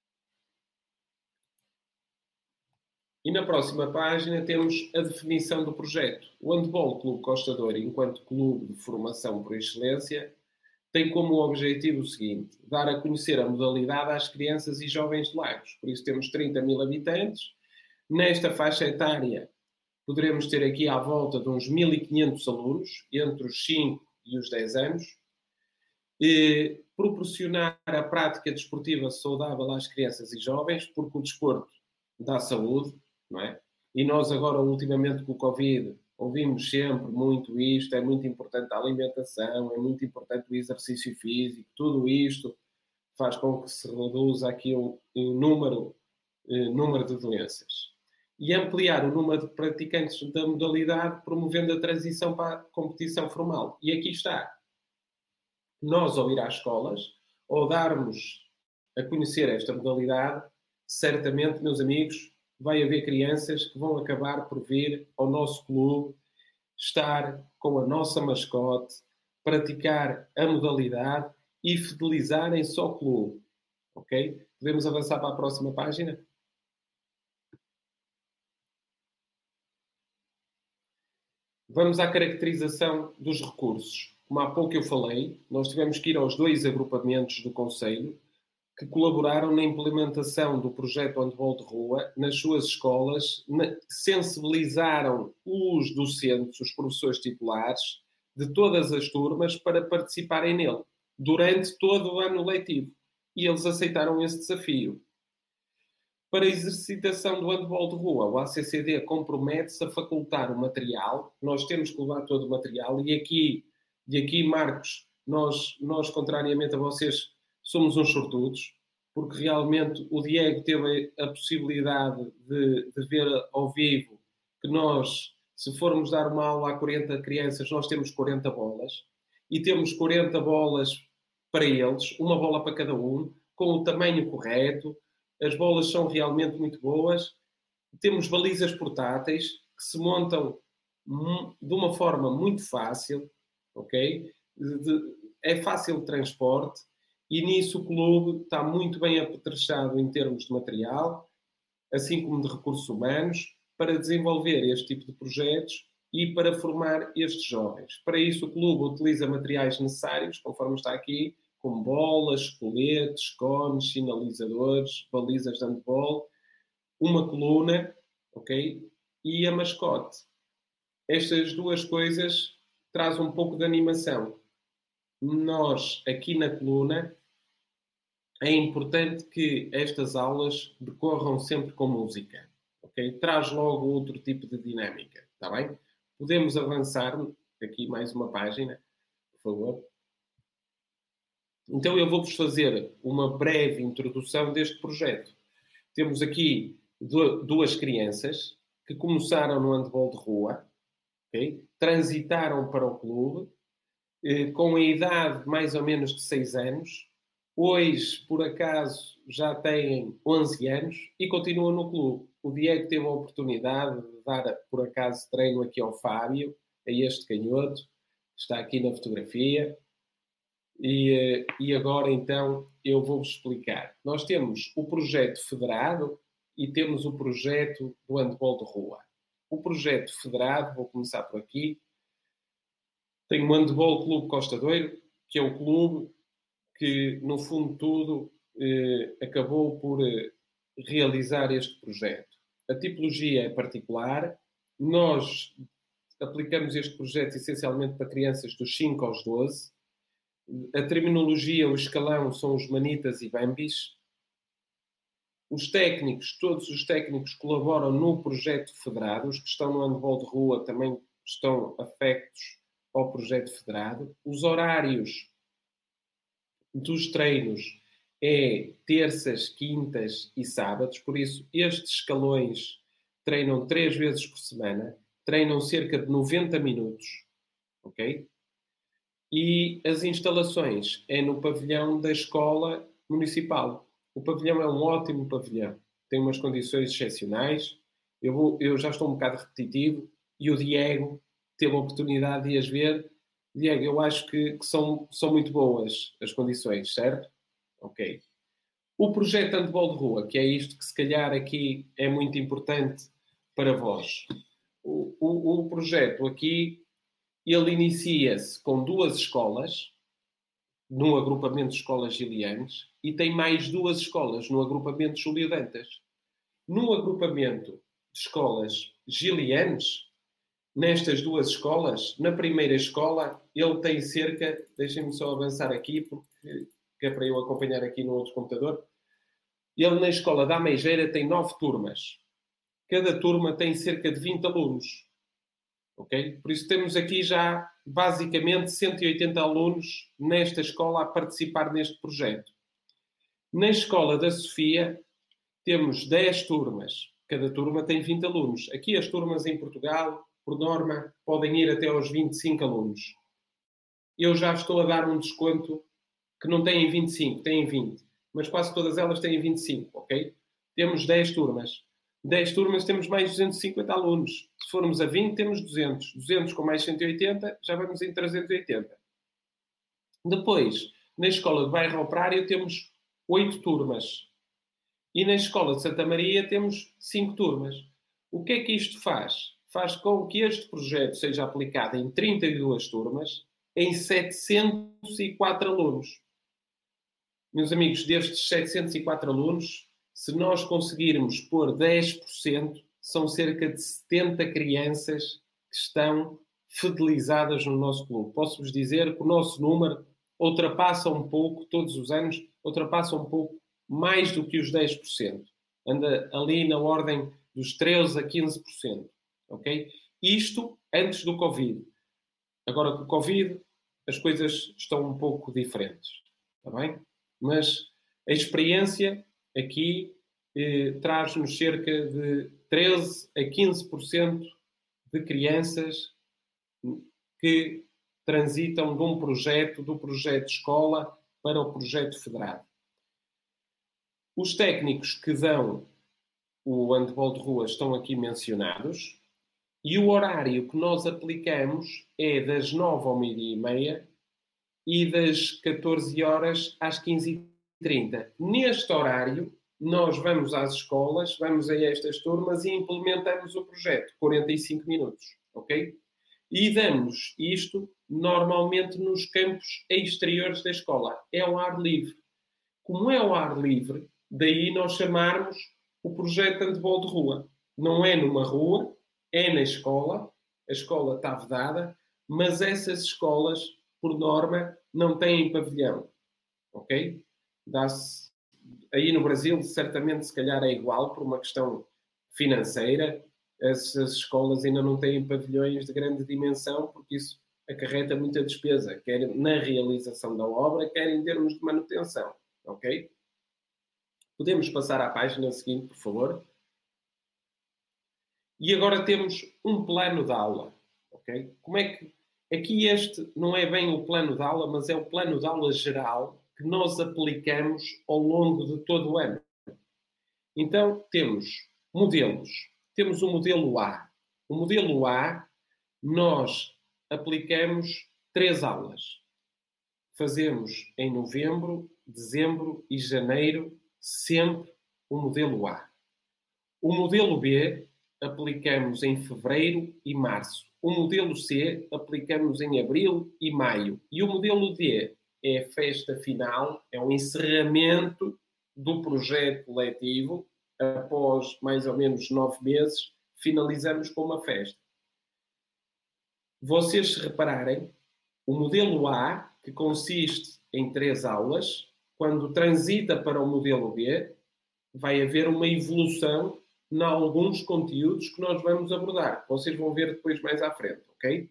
E na próxima página temos a definição do projeto. O Handball Clube Costa Douro, enquanto clube de formação por excelência, tem como objetivo o seguinte: dar a conhecer a modalidade às crianças e jovens de Lagos. Por isso temos trinta mil habitantes. Nesta faixa etária, poderemos ter aqui à volta de uns mil e quinhentos alunos, entre os cinco e os dez anos. E proporcionar a prática desportiva saudável às crianças e jovens, porque o desporto dá saúde, não é? E nós agora, ultimamente, com o Covid, ouvimos sempre muito isto, é muito importante a alimentação, é muito importante o exercício físico, tudo isto faz com que se reduza aqui o, o número, o número de doenças. E ampliar o número de praticantes da modalidade, promovendo a transição para a competição formal. E aqui está. Nós, ao ir às escolas, ou darmos a conhecer esta modalidade, certamente, meus amigos, vai haver crianças que vão acabar por vir ao nosso clube, estar com a nossa mascote, praticar a modalidade e fidelizarem-se ao clube. Ok? Podemos avançar para a próxima página? Vamos à caracterização dos recursos. Como há pouco eu falei, nós tivemos que ir aos dois agrupamentos do Conselho que colaboraram na implementação do projeto Handball de Rua nas suas escolas, sensibilizaram os docentes, os professores titulares de todas as turmas para participarem nele durante todo o ano letivo. E eles aceitaram esse desafio. Para a exercitação do handball de rua, o A C C D compromete-se a facultar o material. Nós temos que levar todo o material. E aqui, e aqui Marcos, nós, nós, contrariamente a vocês, somos uns sortudos, porque realmente o Diego teve a possibilidade de, de ver ao vivo que nós, se formos dar uma aula a quarenta crianças, nós temos quarenta bolas. E temos quarenta bolas para eles, uma bola para cada um, com o tamanho correto. As bolas são realmente muito boas. Temos balizas portáteis que se montam de uma forma muito fácil, ok? De, é fácil de transporte e nisso o clube está muito bem apetrechado em termos de material, assim como de recursos humanos, para desenvolver este tipo de projetos e para formar estes jovens. Para isso o clube utiliza materiais necessários, conforme está aqui, como bolas, coletes, cones, sinalizadores, balizas de handball, uma coluna, ok? E a mascote. Estas duas coisas trazem um pouco de animação. Nós, aqui na coluna, é importante que estas aulas decorram sempre com música, ok? Traz logo outro tipo de dinâmica, está bem? Podemos avançar aqui mais uma página, por favor. Então eu vou-vos fazer uma breve introdução deste projeto. Temos aqui duas crianças que começaram no handball de rua, okay? Transitaram para o clube, eh, com a idade mais ou menos de seis anos. Hoje, por acaso, já têm onze anos e continuam no clube. O Diego teve a oportunidade de dar, por acaso, treino aqui ao Fábio, a este canhoto, que está aqui na fotografia. E, e agora, então, eu vou-vos explicar. Nós temos o projeto federado e temos o projeto do handball de rua. O projeto federado, vou começar por aqui, tem o Handball Clube Costa Doiro, que é o clube que, no fundo tudo, eh, acabou por eh, realizar este projeto. A tipologia é particular. Nós aplicamos este projeto essencialmente para crianças dos cinco aos doze. A terminologia, o escalão, são os manitas e bambis. Os técnicos, todos os técnicos colaboram no projeto federado. Os que estão no handball de rua também estão afectos ao projeto federado. Os horários dos treinos é terças, quintas e sábados. Por isso, estes escalões treinam três vezes por semana. Treinam cerca de noventa minutos. Ok? E as instalações é no pavilhão da escola municipal. O pavilhão é um ótimo pavilhão. Tem umas condições excepcionais. Eu, vou, eu já estou um bocado repetitivo e o Diego teve a oportunidade de as ver. Diego, eu acho que, que são, são muito boas as condições, certo? Ok. O projeto Handball de Rua, que é isto que se calhar aqui é muito importante para vós. O, o, o projeto aqui, ele inicia-se com duas escolas, num agrupamento de escolas gilianes, e tem mais duas escolas no agrupamento de Júlio Dantas. No agrupamento de escolas gilianes, nestas duas escolas, na primeira escola, ele tem cerca... Deixem-me só avançar aqui, porque que é para eu acompanhar aqui no outro computador. Ele, na escola da Ameijeira, tem nove turmas. Cada turma tem cerca de vinte alunos. Ok? Por isso temos aqui já, basicamente, cento e oitenta alunos nesta escola a participar neste projeto. Na escola da Sofia, temos dez turmas. Cada turma tem vinte alunos. Aqui as turmas em Portugal, por norma, podem ir até aos vinte e cinco alunos. Eu já estou a dar um desconto que não têm vinte e cinco, têm vinte. Mas quase todas elas têm vinte e cinco, ok? Temos dez turmas. dez turmas temos mais duzentos e cinquenta alunos. Se formos a vinte, temos duzentos. duzentos com mais cento e oitenta, já vamos em trezentos e oitenta. Depois, na escola de Bairro Operário, temos oito turmas. E na escola de Santa Maria, temos cinco turmas. O que é que isto faz? Faz com que este projeto seja aplicado em trinta e duas turmas, em setecentos e quatro alunos. Meus amigos, destes setecentos e quatro alunos, se nós conseguirmos pôr dez por cento, são cerca de setenta crianças que estão fidelizadas no nosso clube. Posso-vos dizer que o nosso número ultrapassa um pouco, todos os anos, ultrapassa um pouco mais do que os dez por cento. Anda ali na ordem dos treze a quinze por cento. Ok? Isto antes do Covid. Agora com o Covid, as coisas estão um pouco diferentes. Está bem? Mas a experiência aqui eh, traz-nos cerca de treze a quinze por cento de crianças que transitam de um projeto, do projeto escola para o projeto federado. Os técnicos que dão o handball de rua estão aqui mencionados e o horário que nós aplicamos é das nove ao meio-dia e meia e das catorze horas às quinze e trinta. Neste horário, nós vamos às escolas, vamos a estas turmas e implementamos o projeto, quarenta e cinco minutos, ok? E damos isto normalmente nos campos exteriores da escola. É ao ar livre. Como é ao ar livre, daí nós chamarmos o projeto de handball de rua. Não é numa rua, é na escola. A escola está vedada, mas essas escolas, por norma, não têm pavilhão. Ok? Dá-se... Aí no Brasil, certamente, se calhar é igual, por uma questão financeira. Essas escolas ainda não têm pavilhões de grande dimensão, porque isso acarreta muita despesa, quer na realização da obra, quer em termos de manutenção. Ok? Podemos passar à página seguinte, por favor. E agora temos um plano de aula. Ok? Como é que... Aqui este não é bem o plano de aula, mas é o plano de aula geral que nós aplicamos ao longo de todo o ano. Então, temos modelos. Temos o modelo A. O modelo A, nós aplicamos três aulas. Fazemos em novembro, dezembro e janeiro, sempre o modelo A. O modelo B, aplicamos em fevereiro e março. O modelo C, aplicamos em abril e maio. E o modelo D é a festa final, é o encerramento do projeto letivo. Após mais ou menos nove meses, finalizamos com uma festa. Vocês, se repararem, o modelo A, que consiste em três aulas, quando transita para o modelo B, vai haver uma evolução em alguns conteúdos que nós vamos abordar. Vocês vão ver depois mais à frente, ok?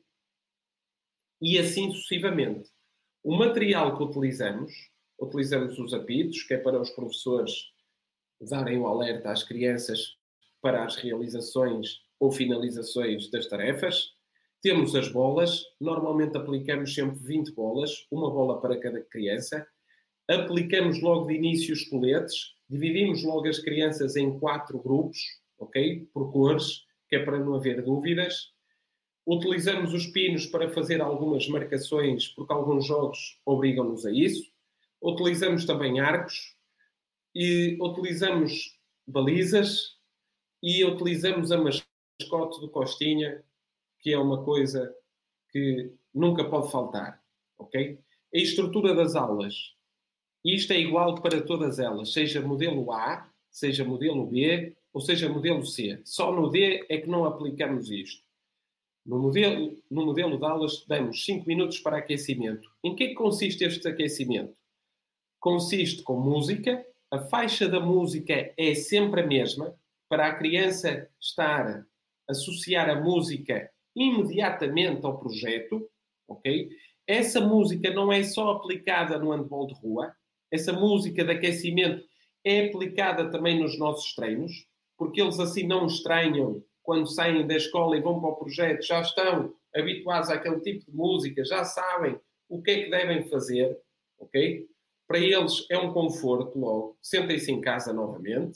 E assim sucessivamente. O material que utilizamos, utilizamos os apitos, que é para os professores darem o alerta às crianças para as realizações ou finalizações das tarefas. Temos as bolas, normalmente aplicamos sempre vinte bolas, uma bola para cada criança. Aplicamos logo de início os coletes, dividimos logo as crianças em quatro grupos, ok? Por cores, que é para não haver dúvidas. Utilizamos os pinos para fazer algumas marcações, porque alguns jogos obrigam-nos a isso. Utilizamos também arcos. E utilizamos balizas e utilizamos a mascote do Costinha, que é uma coisa que nunca pode faltar, ok? A estrutura das aulas. Isto é igual para todas elas, seja modelo A, seja modelo B ou seja modelo C. Só no D é que não aplicamos isto. No modelo, no modelo de aulas, damos cinco minutos para aquecimento. Em que consiste este aquecimento? Consiste com música. A faixa da música é sempre a mesma, para a criança estar a associar a música imediatamente ao projeto, ok? Essa música não é só aplicada no handball de rua, essa música de aquecimento é aplicada também nos nossos treinos, porque eles assim não estranham quando saem da escola e vão para o projeto, já estão habituados àquele tipo de música, já sabem o que é que devem fazer, ok? Para eles é um conforto logo, sentem-se em casa novamente.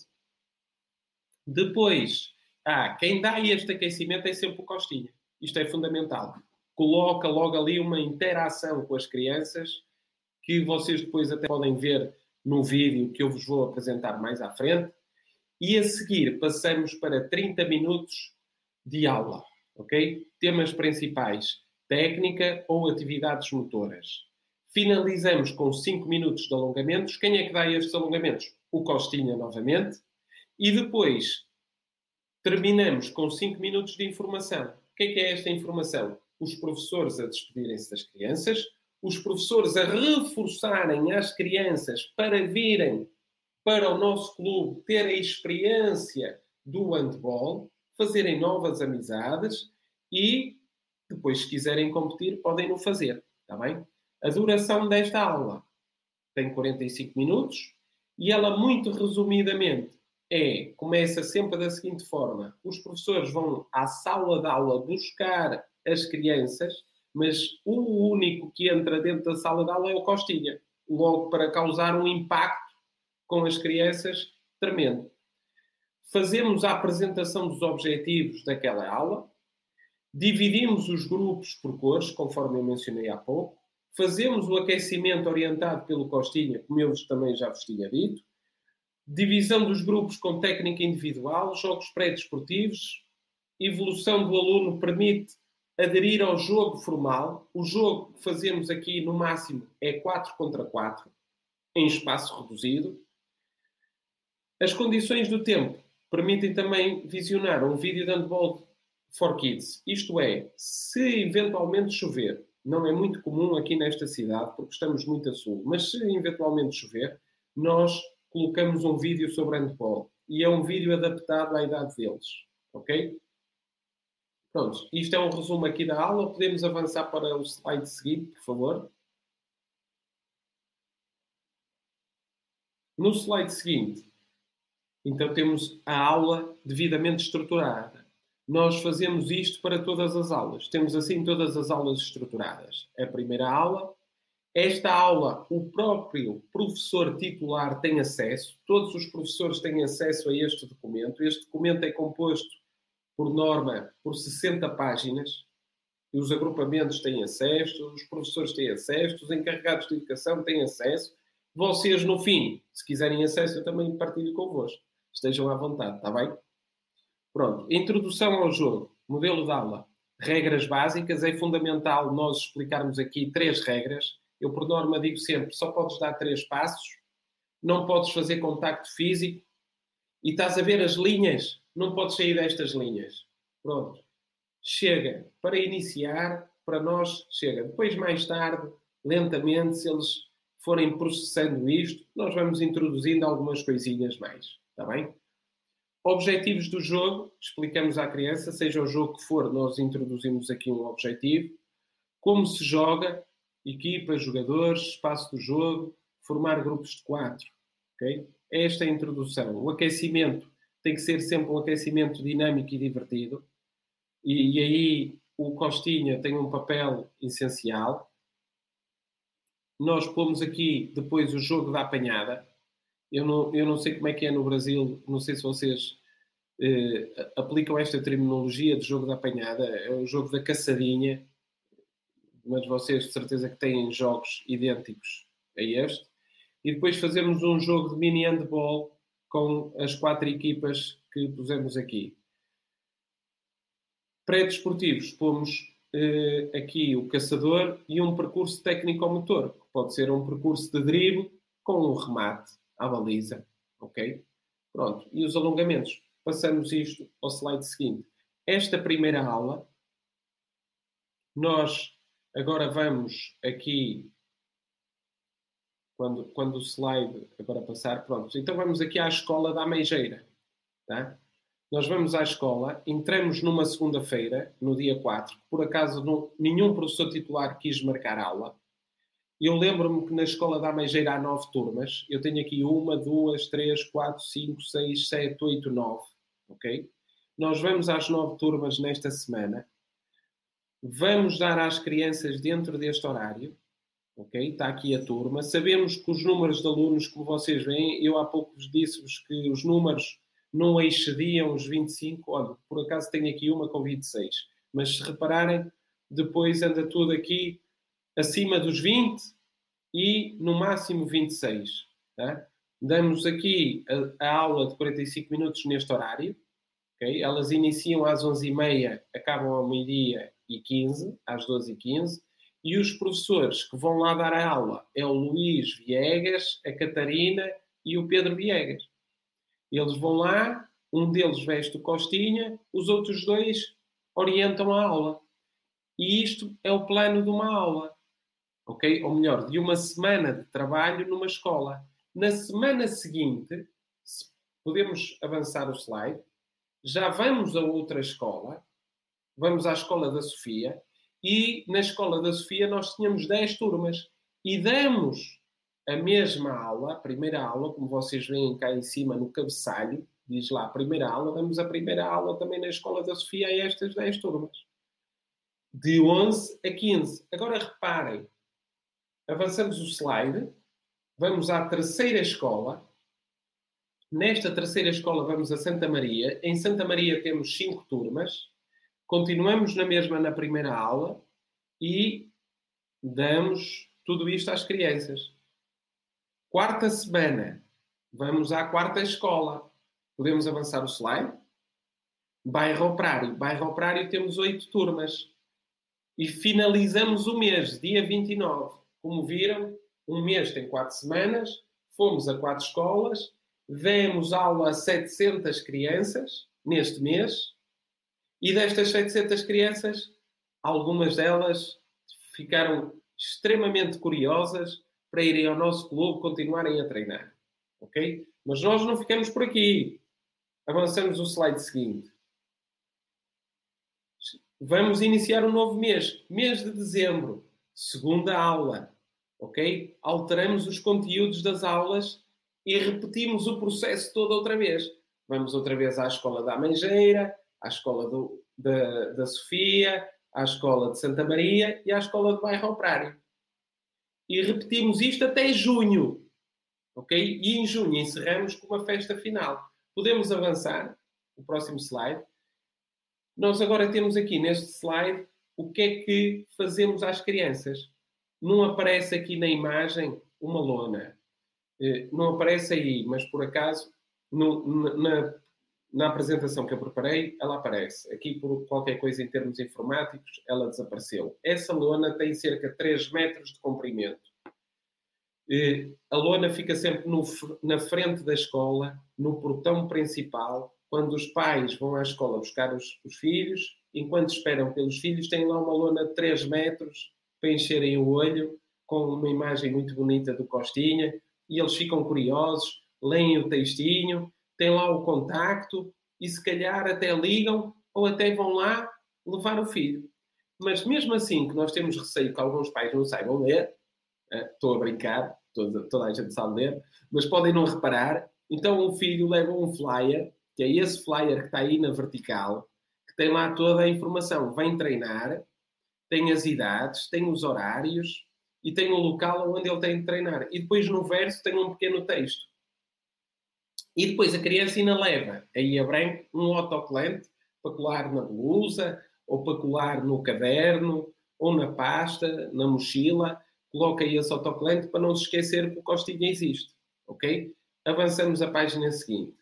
Depois, ah, quem dá este aquecimento é sempre o Costinha. Isto é fundamental. Coloca logo ali uma interação com as crianças, que vocês depois até podem ver no vídeo que eu vos vou apresentar mais à frente. E a seguir passamos para trinta minutos de aula, ok? Temas principais, técnica ou atividades motoras. Finalizamos com cinco minutos de alongamentos. Quem é que dá estes alongamentos? O Costinha novamente. E depois terminamos com cinco minutos de informação. O que é que é esta informação? Os professores a despedirem-se das crianças, os professores a reforçarem as crianças para virem para o nosso clube ter a experiência do handball, fazerem novas amizades e depois, se quiserem competir, podem o fazer. Está bem? A duração desta aula tem quarenta e cinco minutos e ela, muito resumidamente, é, começa sempre da seguinte forma. Os professores vão à sala de aula buscar as crianças, mas o único que entra dentro da sala de aula é o Costinha. Logo, para causar um impacto com as crianças tremendo. Fazemos a apresentação dos objetivos daquela aula, dividimos os grupos por cores, conforme eu mencionei há pouco, fazemos o aquecimento orientado pelo Costinha, como eu também já vos tinha dito, divisão dos grupos com técnica individual, jogos pré-desportivos, evolução do aluno permite aderir ao jogo formal. O jogo que fazemos aqui, no máximo, é quatro contra quatro, em espaço reduzido. As condições do tempo permitem também visionar um vídeo de handball for kids. Isto é, se eventualmente chover, não é muito comum aqui nesta cidade, porque estamos muito a sul, mas se eventualmente chover, nós colocamos um vídeo sobre handball. E é um vídeo adaptado à idade deles. Ok? Pronto, isto é um resumo aqui da aula. Podemos avançar para o slide seguinte, por favor. No slide seguinte, então temos a aula devidamente estruturada. Nós fazemos isto para todas as aulas. Temos assim todas as aulas estruturadas. A primeira aula. Esta aula, o próprio professor titular tem acesso. Todos os professores têm acesso a este documento. Este documento é composto, por norma, por sessenta páginas. E os agrupamentos têm acesso, os professores têm acesso, os encarregados de educação têm acesso. Vocês, no fim, se quiserem acesso, eu também partilho convosco. Estejam à vontade, está bem? Pronto. Introdução ao jogo. Modelo de aula. Regras básicas. É fundamental nós explicarmos aqui três regras. Eu, por norma, digo sempre, só podes dar três passos. Não podes fazer contacto físico. E estás a ver as linhas. Não podes sair destas linhas. Pronto. Chega. Para iniciar, para nós, chega. Depois, mais tarde, lentamente, se eles forem processando isto, nós vamos introduzindo algumas coisinhas mais. Está bem? Objetivos do jogo, explicamos à criança, seja o jogo que for, nós introduzimos aqui um objetivo. Como se joga, equipa, jogadores, espaço do jogo, formar grupos de quatro. Okay? Esta é a introdução. O aquecimento tem que ser sempre um aquecimento dinâmico e divertido. E, e aí o Costinha tem um papel essencial. Nós pomos aqui depois o jogo da apanhada. Eu não, eu não sei como é que é no Brasil, não sei se vocês eh, aplicam esta terminologia de jogo da apanhada, é o jogo da caçadinha, mas vocês de certeza que têm jogos idênticos a este. E depois fazemos um jogo de mini handball com as quatro equipas que pusemos aqui. Pré-desportivos, pomos eh, aqui o caçador e um percurso técnico-motor, que pode ser um percurso de drible com um remate à baliza, ok? Pronto. E os alongamentos? Passamos isto ao slide seguinte. Esta primeira aula Nós agora vamos aqui, quando, quando o slide agora passar, pronto. Então vamos aqui à escola da Ameijeira, tá? Nós vamos à escola, entramos numa segunda-feira, no dia quatro, por acaso não, nenhum professor titular quis marcar aula. Eu lembro-me que na escola da Ameijeira há nove turmas. Eu tenho aqui uma, duas, três, quatro, cinco, seis, sete, oito, nove. Ok? Nós vamos às nove turmas nesta semana. Vamos dar às crianças dentro deste horário. Ok? Está aqui a turma. Sabemos que os números de alunos, como vocês veem, eu há pouco vos disse-vos que os números não excediam os vinte e cinco. Olha, por acaso tenho aqui uma com vinte e seis. Mas se repararem, depois anda tudo aqui acima dos vinte e no máximo vinte e seis. Tá? Damos aqui a, a aula de quarenta e cinco minutos neste horário. Okay? Elas iniciam às onze e meia, acabam ao meio-dia e quinze, às doze e quinze. E os professores que vão lá dar a aula é o Luís Viegas, a Catarina e o Pedro Viegas. Eles vão lá, um deles veste o Costinha, os outros dois orientam a aula. E isto é o plano de uma aula. Ok? Ou melhor, de uma semana de trabalho numa escola. Na semana seguinte, se podemos avançar o slide, já vamos a outra escola, vamos à escola da Sofia, e na escola da Sofia nós tínhamos dez turmas, e damos a mesma aula, a primeira aula, como vocês veem cá em cima no cabeçalho, diz lá a primeira aula, damos a primeira aula também na escola da Sofia a estas dez turmas. De onze a quinze. Agora reparem, avançamos o slide, vamos à terceira escola. Nesta terceira escola vamos a Santa Maria. Em Santa Maria temos cinco turmas. Continuamos na mesma na primeira aula e damos tudo isto às crianças. Quarta semana, vamos à quarta escola. Podemos avançar o slide. Bairro Operário. Bairro Operário temos oito turmas. E finalizamos o mês, dia vinte e nove. Como viram, um mês tem quatro semanas. Fomos a quatro escolas. Demos aula a setecentas crianças neste mês. E destas setecentas crianças, algumas delas ficaram extremamente curiosas para irem ao nosso clube continuarem a treinar. Ok? Mas nós não ficamos por aqui. Avançamos o slide seguinte. Vamos iniciar um novo mês. Mês de dezembro. Segunda aula. Ok? Alteramos os conteúdos das aulas e repetimos o processo todo outra vez. Vamos outra vez à escola da Ameijeira, à escola do, da, da Sofia, à escola de Santa Maria e à escola do Bairro Operário. E repetimos isto até junho. Ok? E em junho encerramos com uma festa final. Podemos avançar. O próximo slide. Nós agora temos aqui neste slide o que é que fazemos às crianças. Não aparece aqui na imagem uma lona. Não aparece aí, mas por acaso no, na, na apresentação que eu preparei, ela aparece. Aqui por qualquer coisa em termos informáticos, ela desapareceu. Essa lona tem cerca de três metros de comprimento. A lona fica sempre no, na frente da escola, no portão principal. Quando os pais vão à escola buscar os, os filhos, enquanto esperam pelos filhos, tem lá uma lona de três metros para encherem o olho, com uma imagem muito bonita do Costinha, e eles ficam curiosos, leem o textinho, têm lá o contacto, e se calhar até ligam, ou até vão lá levar o filho. Mas mesmo assim, que nós temos receio que alguns pais não saibam ler, estou a brincar, toda, toda a gente sabe ler, mas podem não reparar, então o filho leva um flyer, que é esse flyer que está aí na vertical, que tem lá toda a informação. Vem treinar, tem as idades, tem os horários e tem o local onde ele tem de treinar. E depois no verso tem um pequeno texto. E depois a criança ainda leva aí a branco um autocolante para colar na blusa, ou para colar no caderno, ou na pasta, na mochila. Coloca aí esse autocolante para não se esquecer que o Costinha existe. Ok? Avançamos a página seguinte.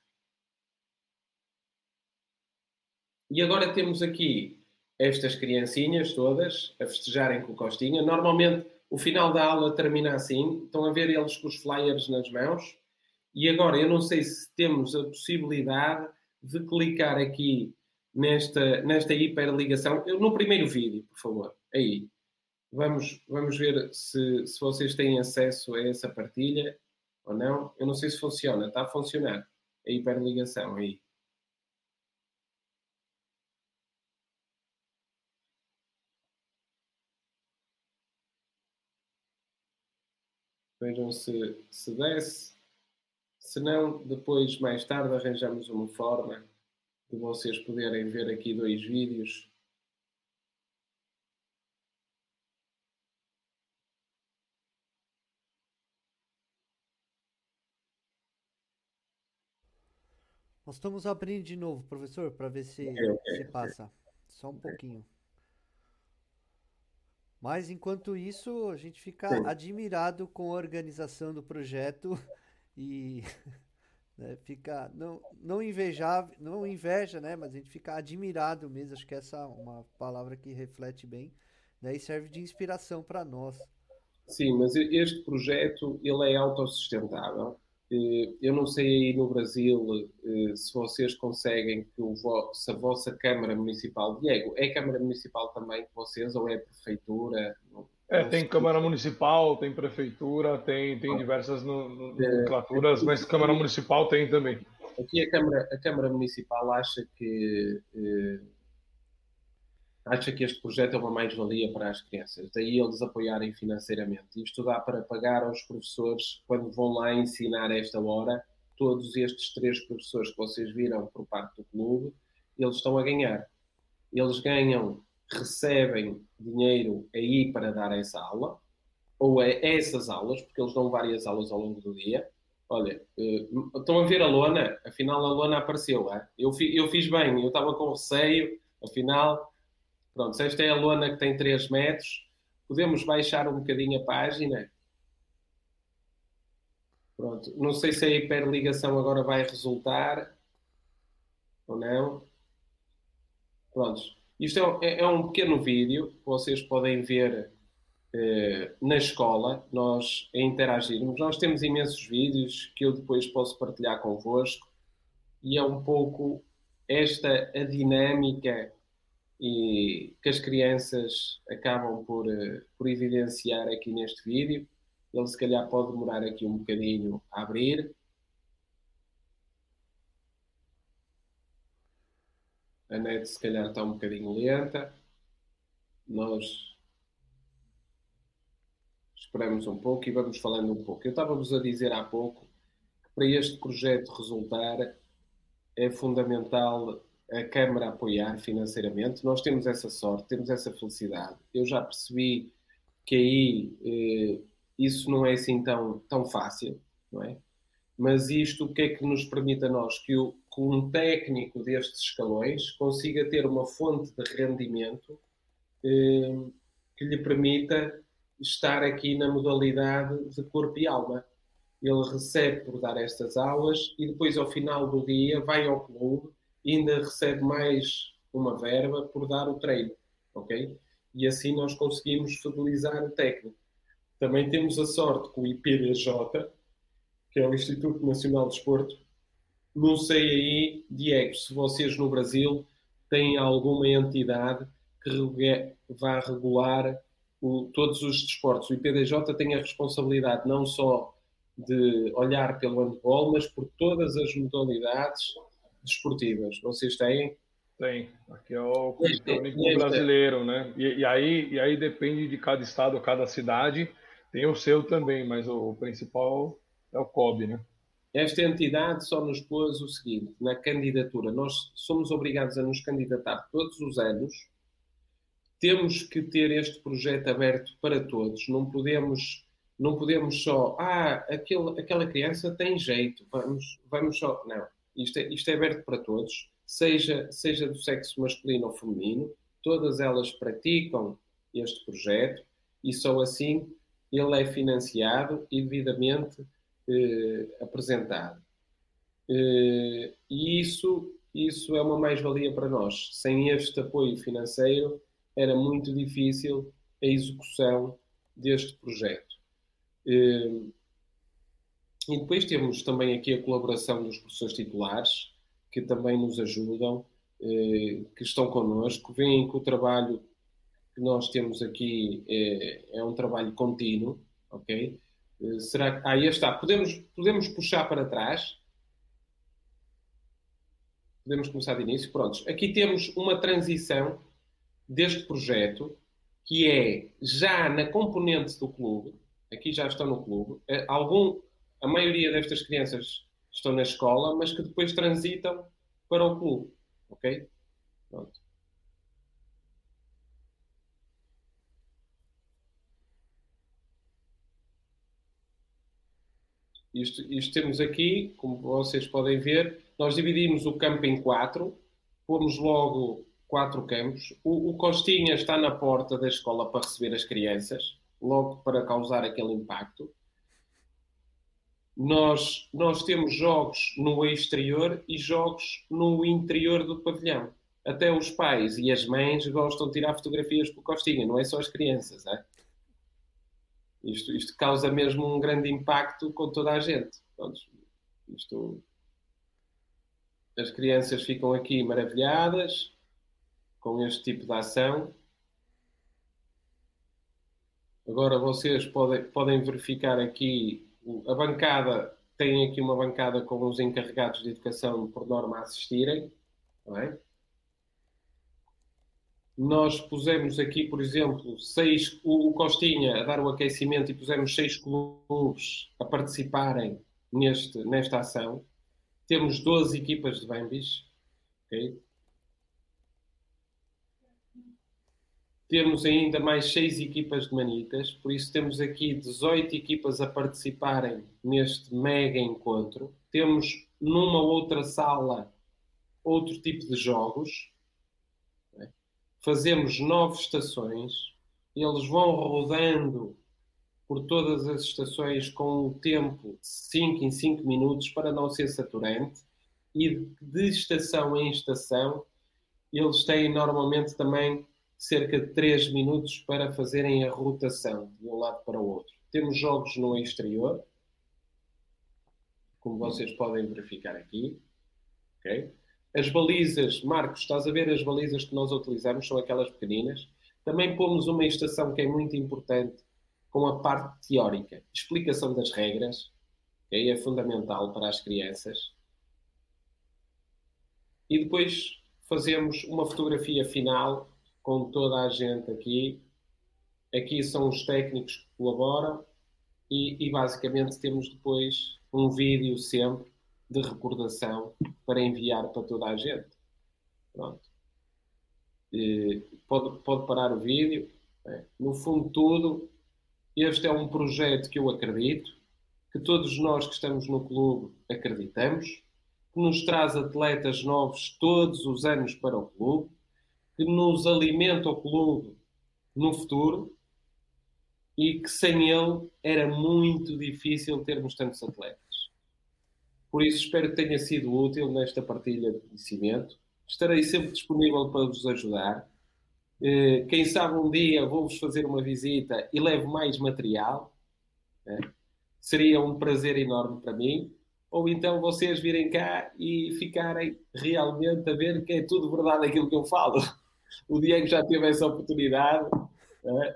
E agora temos aqui estas criancinhas todas a festejarem com o Costinha. Normalmente o final da aula termina assim. Estão a ver eles com os flyers nas mãos. E agora eu não sei se temos a possibilidade de clicar aqui nesta, nesta hiperligação. Eu, no primeiro vídeo, por favor. Aí. Vamos, vamos ver se, se vocês têm acesso a essa partilha ou não. Eu não sei se funciona. Está a funcionar a hiperligação aí. Vejam se, se desce. Se não, depois, mais tarde, arranjamos uma forma de vocês poderem ver aqui dois vídeos. Nós estamos abrindo de novo, professor, para ver se, okay, okay, se passa. Okay. Só um pouquinho. Mas, enquanto isso, a gente fica Sim. admirado com a organização do projeto e né, fica, não, não, invejável, não inveja, né, mas a gente fica admirado mesmo. Acho que essa é uma palavra que reflete bem, né, e serve de inspiração para nós. Sim, mas este projeto ele é autossustentável. Eu não sei aí no Brasil se vocês conseguem que o vo- se a vossa Câmara Municipal, Diego, é Câmara Municipal também que vocês ou é Prefeitura? Não, é, não tem sei. Câmara Municipal, tem Prefeitura, tem, tem diversas no, no, nomenclaturas, mas Câmara Municipal tem também. Aqui a Câmara, a Câmara Municipal acha que eh, acha que este projeto é uma mais-valia para as crianças, daí eles apoiarem financeiramente. Isto dá para pagar aos professores, quando vão lá ensinar esta hora, todos estes três professores que vocês viram por parte do clube, eles estão a ganhar. Eles ganham, recebem dinheiro aí para dar essa aula, ou é essas aulas, porque eles dão várias aulas ao longo do dia. Olha, estão a ver a lona? Afinal, a lona apareceu. É? Eu, eu fiz bem, eu estava com receio, afinal... Pronto, se esta é a lona que tem três metros, podemos baixar um bocadinho a página. Pronto, não sei se a hiperligação agora vai resultar ou não. Pronto, isto é, é um pequeno vídeo que vocês podem ver eh, na escola, nós a interagirmos. Nós temos imensos vídeos que eu depois posso partilhar convosco e é um pouco esta a dinâmica e que as crianças acabam por, por evidenciar aqui neste vídeo. Ele se calhar pode demorar aqui um bocadinho a abrir. A net se calhar está um bocadinho lenta. Nós esperamos um pouco e vamos falando um pouco. Eu estava-vos a dizer há pouco que para este projeto resultar é fundamental a Câmara apoiar financeiramente. Nós temos essa sorte, temos essa felicidade. Eu já percebi que aí eh, isso não é assim tão, tão fácil, não é? Mas isto o que é que nos permite a nós? Que, o, que um técnico destes escalões consiga ter uma fonte de rendimento eh, que lhe permita estar aqui na modalidade de corpo e alma. Ele recebe por dar estas aulas e depois ao final do dia vai ao clube e ainda recebe mais uma verba por dar o treino, ok? E assim nós conseguimos fidelizar o técnico. Também temos a sorte com o I P D J, que é o Instituto Nacional de Desporto. Não sei aí, Diego, se vocês no Brasil têm alguma entidade que vá regular o, todos os desportos. O I P D J tem a responsabilidade não só de olhar pelo handball, mas por todas as modalidades desportivas. Vocês têm? Tem. Aqui é o Comitê Olímpico Brasileiro, né? E, e, aí, e aí depende de cada estado, cada cidade. Tem o seu também, mas o principal é o C O B, né? Esta entidade só nos pôs o seguinte, na candidatura. Nós somos obrigados a nos candidatar todos os anos. Temos que ter este projeto aberto para todos. Não podemos, não podemos só... Ah, aquele, aquela criança tem jeito. Vamos, vamos só... Não. Isto é, isto é aberto para todos, seja, seja do sexo masculino ou feminino, todas elas praticam este projeto e só assim ele é financiado e devidamente eh, apresentado. Eh, e isso, isso é uma mais-valia para nós. Sem este apoio financeiro era muito difícil a execução deste projeto. Eh, E depois temos também aqui a colaboração dos professores titulares, que também nos ajudam, eh, que estão connosco, veem que o trabalho que nós temos aqui é, é um trabalho contínuo, ok? Será que... Ah, aí está. Podemos, podemos puxar para trás. Podemos começar de início. Prontos. Aqui temos uma transição deste projeto, que é já na componente do clube. Aqui já estão no clube. Algum, a maioria destas crianças estão na escola, mas que depois transitam para o clube. Ok? Pronto. Isto, isto temos aqui, como vocês podem ver, nós dividimos o campo em quatro, pomos logo quatro campos. O, o Costinha está na porta da escola para receber as crianças, logo para causar aquele impacto. Nós, nós temos jogos no exterior e jogos no interior do pavilhão. Até os pais e as mães gostam de tirar fotografias com o Costinha, não é só as crianças, é? Isto, isto causa mesmo um grande impacto com toda a gente. Pronto, isto... As crianças ficam aqui maravilhadas com este tipo de ação. Agora vocês podem, podem verificar aqui, a bancada, tem aqui uma bancada com os encarregados de educação por norma a assistirem. Não é? Nós pusemos aqui, por exemplo, seis, o Costinha a dar o aquecimento e pusemos seis clubes a participarem neste, nesta ação. Temos doze equipas de Bambis. Okay? Temos ainda mais seis equipas de Manitas. Por isso temos aqui dezoito equipas a participarem neste mega encontro. Temos numa outra sala outro tipo de jogos. Fazemos nove estações, eles vão rodando por todas as estações com o tempo de cinco em cinco minutos para não ser saturante, e de estação em estação eles têm normalmente também cerca de três minutos para fazerem a rotação de um lado para o outro. Temos jogos no exterior, como vocês podem verificar aqui. Ok? As balizas, Marcos, estás a ver as balizas que nós utilizamos, são aquelas pequeninas. Também pomos uma estação que é muito importante com a parte teórica. Explicação das regras, que é fundamental para as crianças. E depois fazemos uma fotografia final com toda a gente aqui. Aqui são os técnicos que colaboram e, e basicamente temos depois um vídeo sempre de recordação para enviar para toda a gente. Pronto. E pode, pode parar o vídeo. É. No fundo, tudo, este é um projeto que eu acredito, que todos nós que estamos no clube acreditamos, que nos traz atletas novos todos os anos para o clube, que nos alimenta o clube no futuro e que sem ele era muito difícil termos tantos atletas. Por isso, espero que tenha sido útil nesta partilha de conhecimento. Estarei sempre disponível para vos ajudar. Quem sabe um dia vou-vos fazer uma visita e levo mais material. Seria um prazer enorme para mim. Ou então vocês virem cá e ficarem realmente a ver que é tudo verdade aquilo que eu falo. O Diego já teve essa oportunidade. É?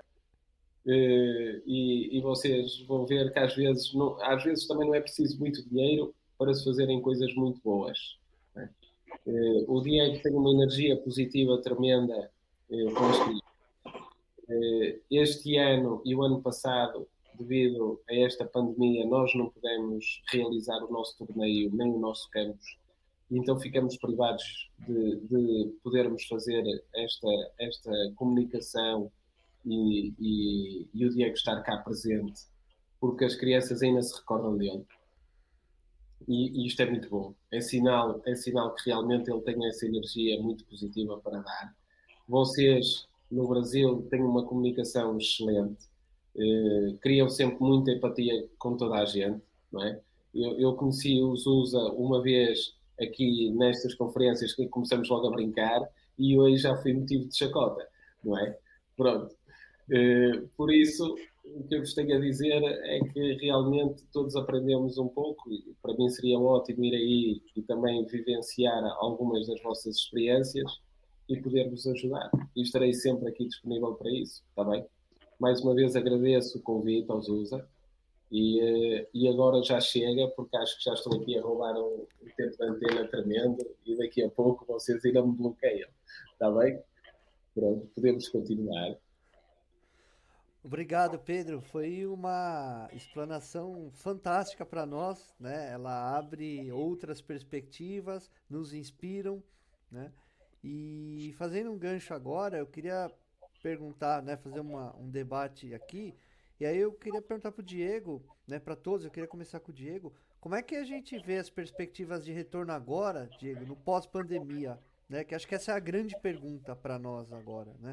E, e vocês vão ver que às vezes, não, às vezes também não é preciso muito dinheiro para se fazerem coisas muito boas. Né? Eh, o Diego tem uma energia positiva tremenda eh, com as crianças. Eh, este ano e o ano passado, devido a esta pandemia, nós não pudemos realizar o nosso torneio, nem o nosso campus. Então ficamos privados de, de podermos fazer esta, esta comunicação e, e, e o Diego estar cá presente, porque as crianças ainda se recordam dele. E, e isto é muito bom. É sinal, é sinal que realmente ele tem essa energia muito positiva para dar. Vocês, no Brasil, têm uma comunicação excelente. Eh, criam sempre muita empatia com toda a gente, não é? Eu, eu conheci o Zusa uma vez aqui nestas conferências que começamos logo a brincar e hoje já fui motivo de chacota, não é? Pronto. Eh, por isso... O que eu vos tenho a dizer é que realmente todos aprendemos um pouco e para mim seria ótimo ir aí e também vivenciar algumas das vossas experiências e poder-vos ajudar. E estarei sempre aqui disponível para isso, está bem? Mais uma vez agradeço o convite aos U S A e, e agora já chega, porque acho que já estou aqui a roubar um, um tempo de antena tremendo e daqui a pouco vocês ainda me bloqueiam, está bem? Pronto, podemos continuar. Obrigado, Pedro. Foi uma explanação fantástica para nós, né? Ela abre outras perspectivas, nos inspiram, né? E fazendo um gancho agora, eu queria perguntar, né? Fazer uma, um debate aqui. E aí eu queria perguntar para o Diego, né? Para todos, eu queria começar com o Diego. Como é que a gente vê as perspectivas de retorno agora, Diego, no pós-pandemia, né? Que acho que essa é a grande pergunta para nós agora, né?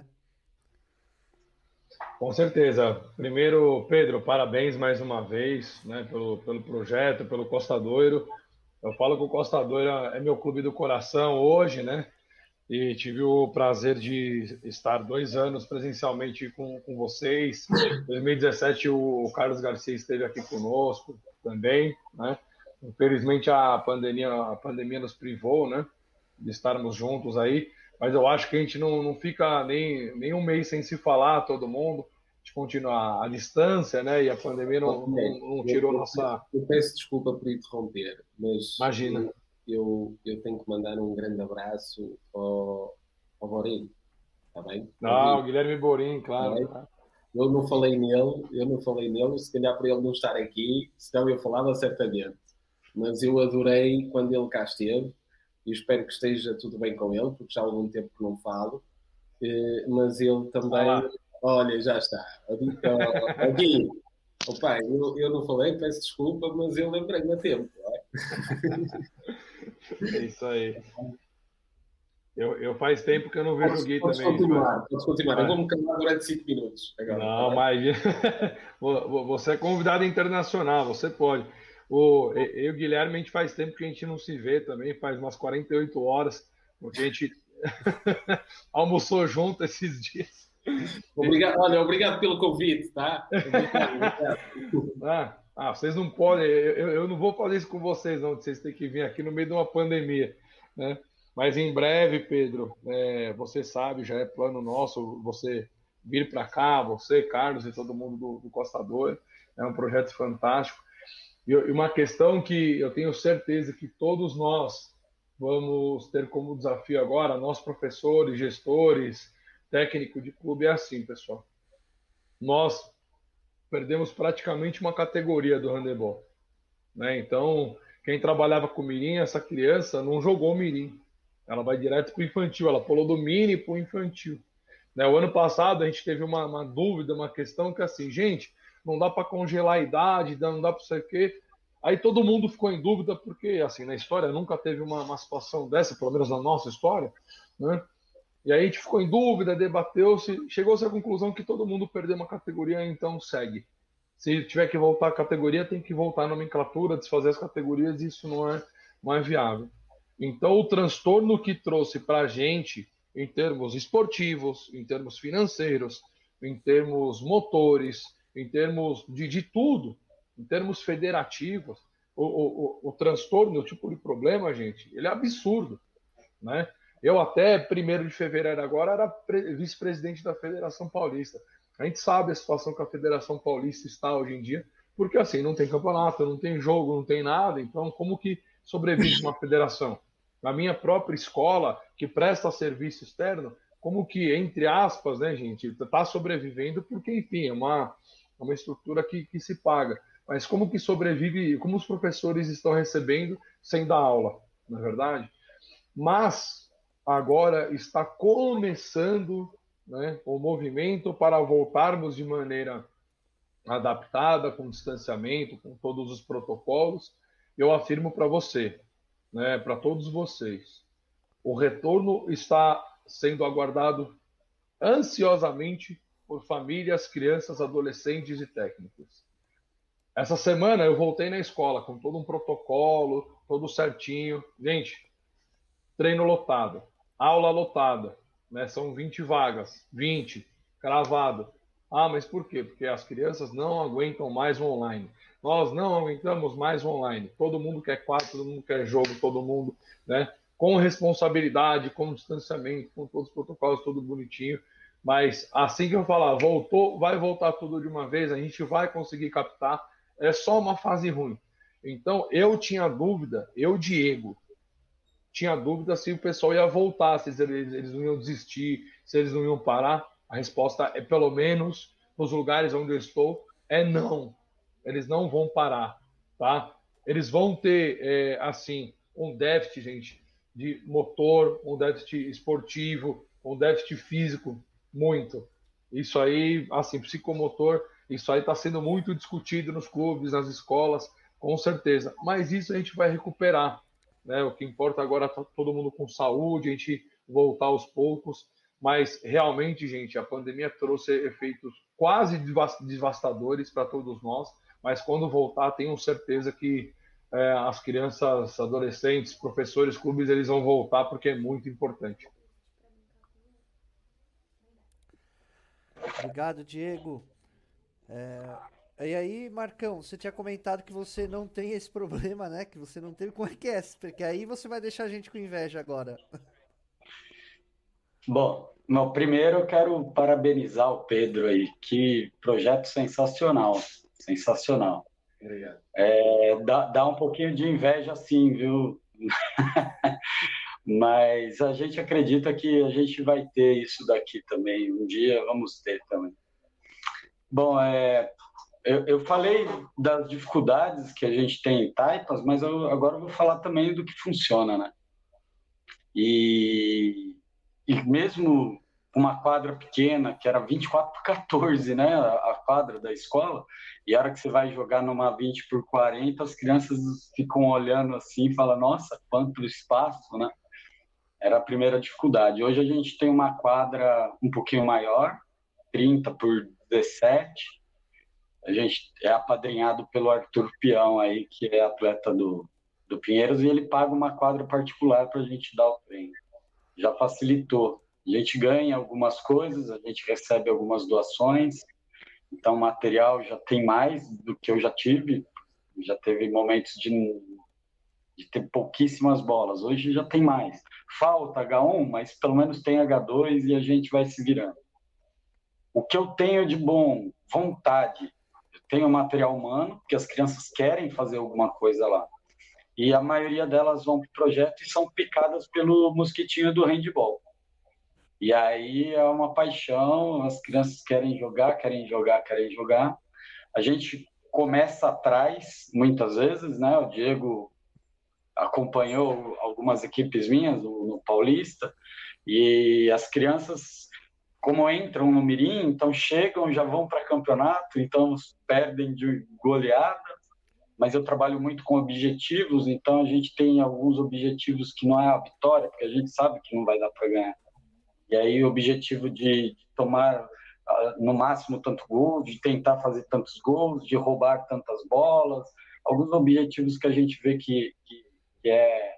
Com certeza. Primeiro, Pedro, parabéns mais uma vez, né, pelo, pelo projeto, pelo Costa Doiro. Eu falo que o Costa Doiro é meu clube do coração hoje, né? E tive o prazer de estar dois anos presencialmente com, com vocês. Em dois mil e dezessete, o Carlos Garcia esteve aqui conosco também, né? Infelizmente, a pandemia, a pandemia nos privou, né, de estarmos juntos aí. Mas eu acho que a gente não, não fica nem, nem um mês sem se falar, todo mundo. A gente continua à distância, né? E a pandemia não, não, não tirou eu, eu, nossa... Eu peço desculpa por interromper, mas Imagina. Eu, eu tenho que mandar um grande abraço ao, ao Borim, está bem? Ah, o Guilherme Borim, claro. Tá, eu não falei nele, eu não falei nele, se calhar para ele não estar aqui, senão eu falava certamente. Mas eu adorei quando ele cá esteve e espero que esteja tudo bem com ele, porque já há algum tempo que não falo. Mas ele também, Ah, olha, já está. Aqui, opa, eu, eu não falei, peço desculpa, mas eu lembrei-me a tempo. Não é? É isso aí. Eu, eu faz tempo que eu não vejo o Gui podes também. Continuar, mas... Podes continuar, eu vou me calar durante cinco minutos. Agora, não, tá mas você é convidado internacional, você pode. O, eu e o Guilherme, a gente faz tempo que a gente não se vê também, faz umas quarenta e oito horas, porque a gente almoçou junto esses dias. Obrigado, olha, obrigado pelo convite, tá? Obrigado, obrigado. Ah, ah, vocês não podem, eu, eu não vou fazer isso com vocês, não, vocês têm que vir aqui no meio de uma pandemia, né? Mas em breve, Pedro, é, você sabe, já é plano nosso, você vir para cá, você, Carlos e todo mundo do, do Costa Douro, é um projeto fantástico. E, e uma questão que eu tenho certeza que todos nós vamos ter como desafio agora, nós professores, gestores, técnico de clube, é assim, pessoal. Nós perdemos praticamente uma categoria do handebol, né? Então, quem trabalhava com mirim, essa criança não jogou mirim. Ela vai direto para o infantil, ela pulou do mini para o infantil. Né? O ano passado a gente teve uma, uma dúvida, uma questão que assim, gente, não dá para congelar a idade, não dá para sei o quê. Aí todo mundo ficou em dúvida, porque assim, na história nunca teve uma, uma situação dessa, pelo menos na nossa história, né? E aí a gente ficou em dúvida, debateu-se, chegou-se à conclusão que todo mundo perdeu uma categoria, então segue. Se tiver que voltar a categoria, tem que voltar a nomenclatura, desfazer as categorias, e isso não é, não é viável. Então, o transtorno que trouxe para a gente, em termos esportivos, em termos financeiros, em termos motores, em termos de, de tudo, em termos federativos, o, o, o, o transtorno, o tipo de problema, gente, ele é absurdo, né? Eu até primeiro de fevereiro agora era vice-presidente da Federação Paulista. A gente sabe a situação que a Federação Paulista está hoje em dia, porque assim, não tem campeonato, não tem jogo, não tem nada, então como que sobrevive uma federação? Na minha própria escola, que presta serviço externo, como que, entre aspas, né, gente, está sobrevivendo porque, enfim, é uma, uma estrutura que, que se paga. Mas como que sobrevive, como os professores estão recebendo sem dar aula, não é verdade? Mas agora está começando, né, o movimento para voltarmos de maneira adaptada, com distanciamento, com todos os protocolos. Eu afirmo para você, né, para todos vocês, o retorno está sendo aguardado ansiosamente por famílias, crianças, adolescentes e técnicos. Essa semana eu voltei na escola com todo um protocolo, todo certinho. Gente, treino lotado, aula lotada, né? São vinte vagas, vinte, cravado. Ah, mas por quê? Porque as crianças não aguentam mais o online. Nós não aguentamos mais o online. Todo mundo quer quadro, todo mundo quer jogo, todo mundo, né? com responsabilidade, com distanciamento, com todos os protocolos, tudo bonitinho. Mas assim que eu falar, voltou, vai voltar tudo de uma vez, a gente vai conseguir captar. É só uma fase ruim. Então, eu tinha dúvida, eu, Diego, tinha dúvida se o pessoal ia voltar, se eles, eles não iam desistir, se eles não iam parar. A resposta é, pelo menos, nos lugares onde eu estou, é não. Eles não vão parar, tá? Eles vão ter, é, assim, um déficit, gente, de motor, um déficit esportivo, um déficit físico, muito. Isso aí, assim, psicomotor, isso aí está sendo muito discutido nos clubes, nas escolas, com certeza. Mas isso a gente vai recuperar, né? O que importa agora é tá todo mundo com saúde, a gente voltar aos poucos. Mas realmente, gente, a pandemia trouxe efeitos quase devastadores para todos nós. Mas quando voltar, tenho certeza que é, as crianças, adolescentes, professores, clubes, eles vão voltar porque é muito importante. Obrigado, Diego. É... E aí, Marcão, você tinha comentado que você não tem esse problema, né? Que você não teve. Como é que é? Porque aí você vai deixar a gente com inveja agora. Bom, no primeiro eu quero parabenizar o Pedro aí. Que projeto sensacional. Sensacional. Obrigado. É, dá, dá um pouquinho de inveja, sim, viu? Mas a gente acredita que a gente vai ter isso daqui também. Um dia vamos ter também. Bom, é, eu, eu falei das dificuldades que a gente tem em Taipas, mas eu, agora eu vou falar também do que funciona, né? E, e mesmo uma quadra pequena, que era vinte e quatro por quatorze, né? A, a quadra da escola, e a hora que você vai jogar numa vinte por quarenta, as crianças ficam olhando assim e falam, nossa, quanto espaço, né? Era a primeira dificuldade. Hoje a gente tem uma quadra um pouquinho maior, trinta por dezessete. A gente é apadrinhado pelo Arthur Peão aí, que é atleta do, do Pinheiros, e ele paga uma quadra particular para a gente dar o treino. Já facilitou. A gente ganha algumas coisas, a gente recebe algumas doações, então o material já tem mais do que eu já tive. Já teve momentos de, de ter pouquíssimas bolas, hoje já tem mais. Falta agá um, mas pelo menos tem agá dois e a gente vai se virando. O que eu tenho de bom, vontade, eu tenho material humano, porque as crianças querem fazer alguma coisa lá. E a maioria delas vão para o projeto e são picadas pelo mosquitinho do handball. E aí é uma paixão, as crianças querem jogar, querem jogar, querem jogar. A gente começa atrás, muitas vezes, né? O Diego acompanhou algumas equipes minhas no, no Paulista, e as crianças, como entram no mirim, então chegam, já vão para campeonato, então perdem de goleada, mas eu trabalho muito com objetivos, então a gente tem alguns objetivos que não é a vitória, porque a gente sabe que não vai dar para ganhar. E aí o objetivo de tomar no máximo tanto gol, de tentar fazer tantos gols, de roubar tantas bolas, alguns objetivos que a gente vê que, que, que é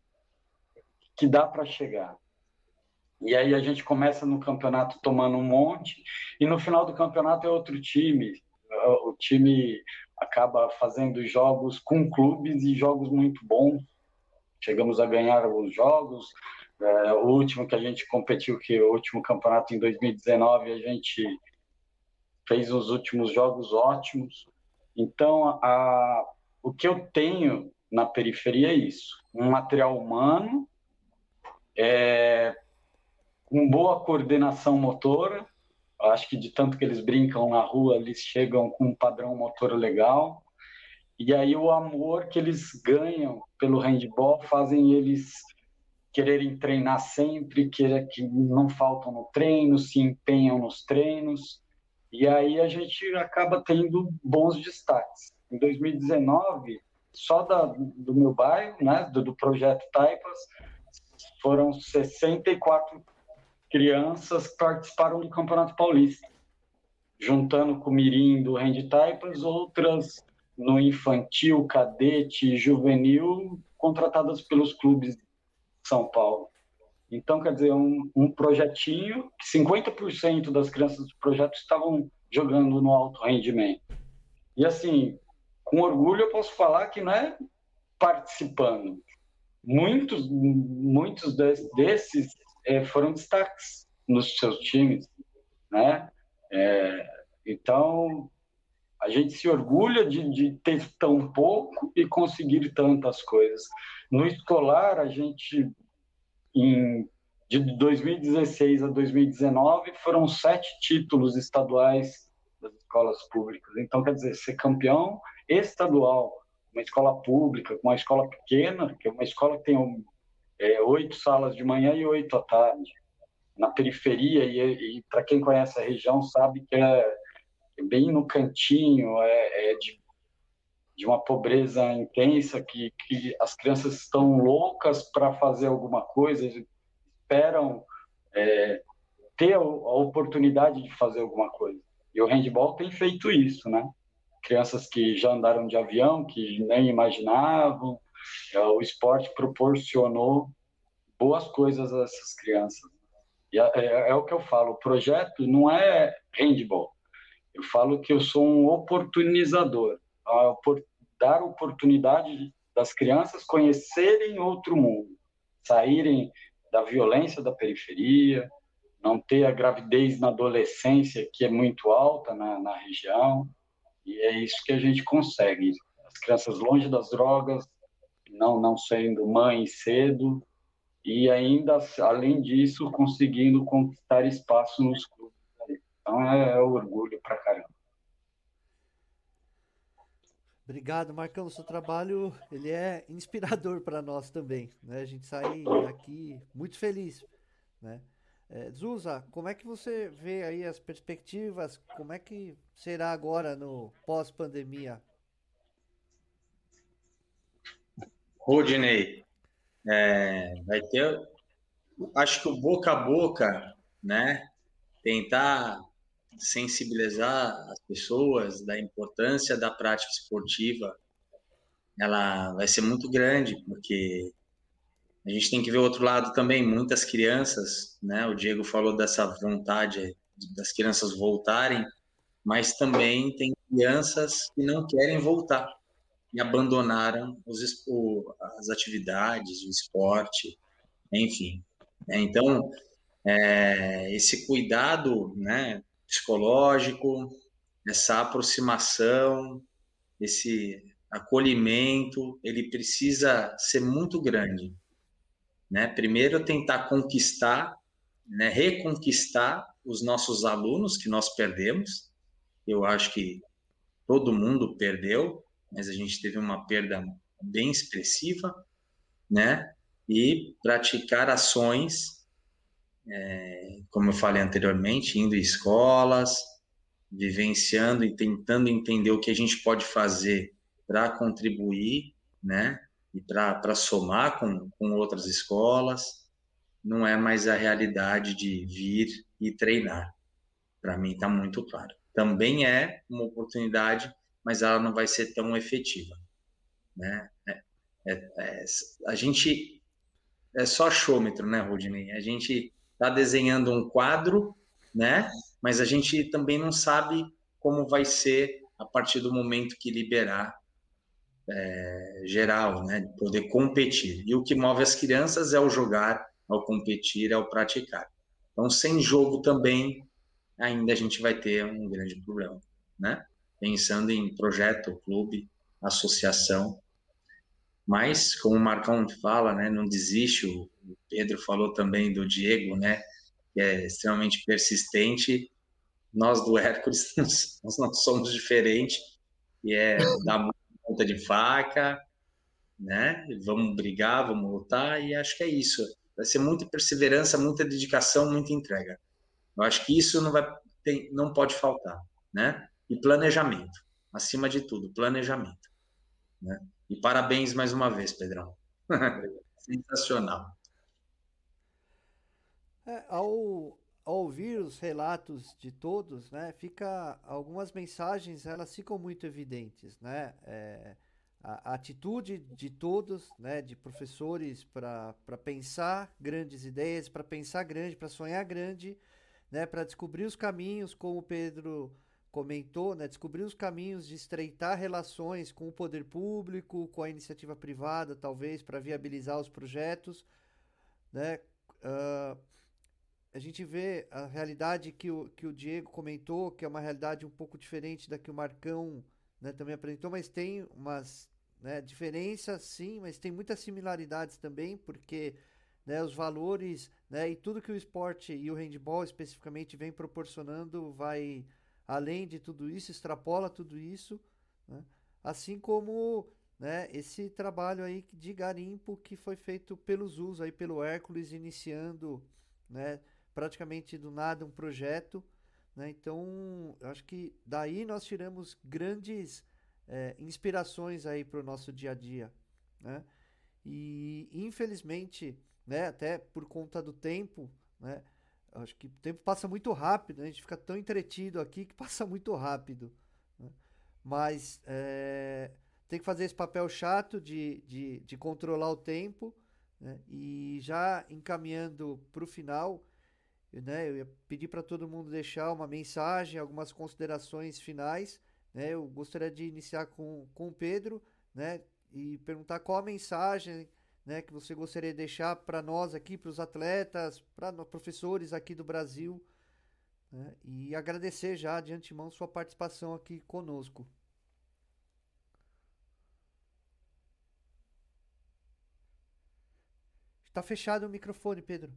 que dá para chegar. E aí a gente começa no campeonato tomando um monte, e no final do campeonato é outro time. O time acaba fazendo jogos com clubes e jogos muito bons. Chegamos a ganhar alguns jogos. É, o último que a gente competiu, que é o último campeonato em dois mil e dezenove, a gente fez os últimos jogos ótimos. Então, a, o que eu tenho na periferia é isso. Um material humano, é, com boa coordenação motora. Eu acho que de tanto que eles brincam na rua, eles chegam com um padrão motor legal. E aí o amor que eles ganham pelo handball fazem eles quererem treinar sempre, querer, que não faltam no treino, se empenham nos treinos. E aí a gente acaba tendo bons destaques. Em dois mil e dezenove, só da, do meu bairro, né, do, do projeto Taipas, foram sessenta e quatro crianças que participaram do Campeonato Paulista, juntando com o mirim do Hand Taipas, outras no infantil, cadete, juvenil, contratadas pelos clubes de São Paulo. Então, quer dizer, um, um projetinho que cinquenta por cento das crianças do projeto estavam jogando no alto rendimento. E assim, com orgulho eu posso falar que não é participando, muitos, muitos desses é, foram destaques nos seus times, né? É, então, a gente se orgulha de, de ter tão pouco e conseguir tantas coisas. No escolar, a gente, em, de dois mil e dezesseis a dois mil e dezenove, foram sete títulos estaduais das escolas públicas. Então, quer dizer, ser campeão estadual, uma escola pública, uma escola pequena, que é uma escola que tem é, oito salas de manhã e oito à tarde, na periferia, e, e para quem conhece a região sabe que é bem no cantinho, é, é de, de uma pobreza intensa, que, que as crianças estão loucas para fazer alguma coisa, esperam é, ter a oportunidade de fazer alguma coisa. E o handball tem feito isso, né? Crianças que já andaram de avião, que nem imaginavam, é, o esporte proporcionou boas coisas a essas crianças. E é, é, é o que eu falo, o projeto não é handball. Eu falo que eu sou um oportunizador, a dar oportunidade das crianças conhecerem outro mundo, saírem da violência da periferia, não ter a gravidez na adolescência, que é muito alta na, na região, e é isso que a gente consegue. As crianças longe das drogas, não, não sendo mães cedo, e ainda, além disso, conseguindo conquistar espaço nos clubes. Então é, é orgulho pra caramba. Obrigado, Marcão. O seu trabalho ele é inspirador para nós também, né? A gente sai daqui muito feliz, né? É, Zusa, como é que você vê aí as perspectivas? Como é que será agora no pós-pandemia? Rodinei, é, vai ter, acho que o boca a boca, né? Tentar sensibilizar as pessoas da importância da prática esportiva, ela vai ser muito grande, porque a gente tem que ver o outro lado também. Muitas crianças, né? O Diego falou dessa vontade das crianças voltarem, mas também tem crianças que não querem voltar e abandonaram os, o, as atividades, o esporte, enfim. Então, é, esse cuidado, né, psicológico, essa aproximação, esse acolhimento, ele precisa ser muito grande, né? Primeiro tentar conquistar, né, reconquistar os nossos alunos que nós perdemos. Eu acho que todo mundo perdeu, mas a gente teve uma perda bem expressiva, né? E praticar ações, é, como eu falei anteriormente, indo em escolas, vivenciando e tentando entender o que a gente pode fazer para contribuir, né? E para somar com, com outras escolas. Não é mais a realidade de vir e treinar. Para mim está muito claro. Também é uma oportunidade, mas ela não vai ser tão efetiva, né? É, é, é, a gente é só achômetro, né, Rodney? A gente está desenhando um quadro, né? Mas a gente também não sabe como vai ser a partir do momento que liberar é, geral, né? De poder competir. E o que move as crianças é o jogar, ao competir, ao praticar. Então, sem jogo também, ainda a gente vai ter um grande problema, né? Pensando em projeto, clube, associação. Mas, como o Marcão fala, né? Não desiste. O Pedro falou também do Diego, né? Que é extremamente persistente. Nós do Hércules, nós não somos diferentes. E é dar muita ponta de faca, né? Vamos brigar, vamos lutar. E acho que é isso. Vai ser muita perseverança, muita dedicação, muita entrega. Eu acho que isso não vai ter, não pode faltar, né? E planejamento, acima de tudo, planejamento, né? E parabéns mais uma vez, Pedrão. Sensacional. É, ao, ao ouvir os relatos de todos, né, fica algumas mensagens, elas ficam muito evidentes, né? É, a, a atitude de todos, né, de professores para para pensar grandes ideias, para pensar grande, para sonhar grande, né, para descobrir os caminhos, como o Pedro comentou, né, descobrir os caminhos de estreitar relações com o poder público, com a iniciativa privada, talvez, para viabilizar os projetos, né? Uh, a gente vê a realidade que o, que o Diego comentou, que é uma realidade um pouco diferente da que o Marcão, né, também apresentou, mas tem umas, né, diferenças, sim, mas tem muitas similaridades também, porque, né, os valores, né, e tudo que o esporte e o handball especificamente vem proporcionando vai além de tudo isso, extrapola tudo isso, né, assim como, né, esse trabalho aí de garimpo que foi feito pelos U S, aí pelo Hércules, iniciando, né, praticamente do nada um projeto, né? Então, eu acho que daí nós tiramos grandes é, inspirações aí para o nosso dia a dia, né? E infelizmente, né, até por conta do tempo, né, acho que o tempo passa muito rápido, né? A gente fica tão entretido aqui que passa muito rápido, né? Mas é, tem que fazer esse papel chato de, de, de controlar o tempo, né? E já encaminhando para o final, né, eu ia pedir para todo mundo deixar uma mensagem, algumas considerações finais, né? Eu gostaria de iniciar com, com o Pedro, né, e perguntar qual a mensagem, né, que você gostaria de deixar para nós aqui, para os atletas, para professores aqui do Brasil, né, e agradecer já de antemão sua participação aqui conosco. Está fechado o microfone, Pedro.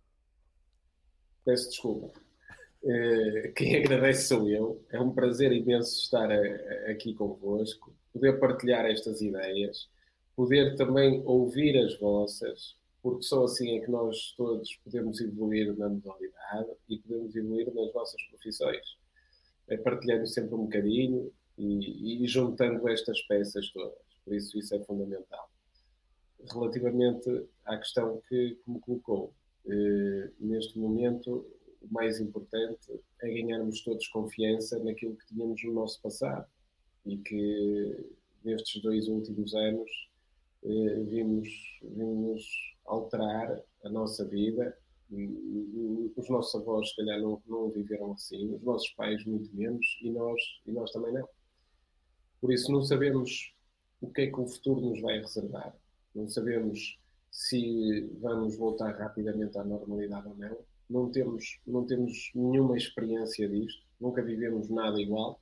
Peço desculpa. Uh, quem agradece sou eu. É um prazer imenso estar a, a, aqui convosco, poder partilhar estas ideias, poder também ouvir as vossas, porque só assim é que nós todos podemos evoluir na modalidade e podemos evoluir nas vossas profissões. É partilhando sempre um bocadinho e, e juntando estas peças todas. Por isso, isso é fundamental. Relativamente à questão que, que me colocou, eh, neste momento o mais importante é ganharmos todos confiança naquilo que tínhamos no nosso passado e que nestes dois últimos anos eh, vimos, vimos alterar a nossa vida. Os nossos avós, se calhar, não, não viveram assim, os nossos pais muito menos, e nós, e nós também não. Por isso não sabemos o que é que o futuro nos vai reservar. Não sabemos se vamos voltar rapidamente à normalidade ou não. Não temos, não temos nenhuma experiência disto. Nunca vivemos nada igual.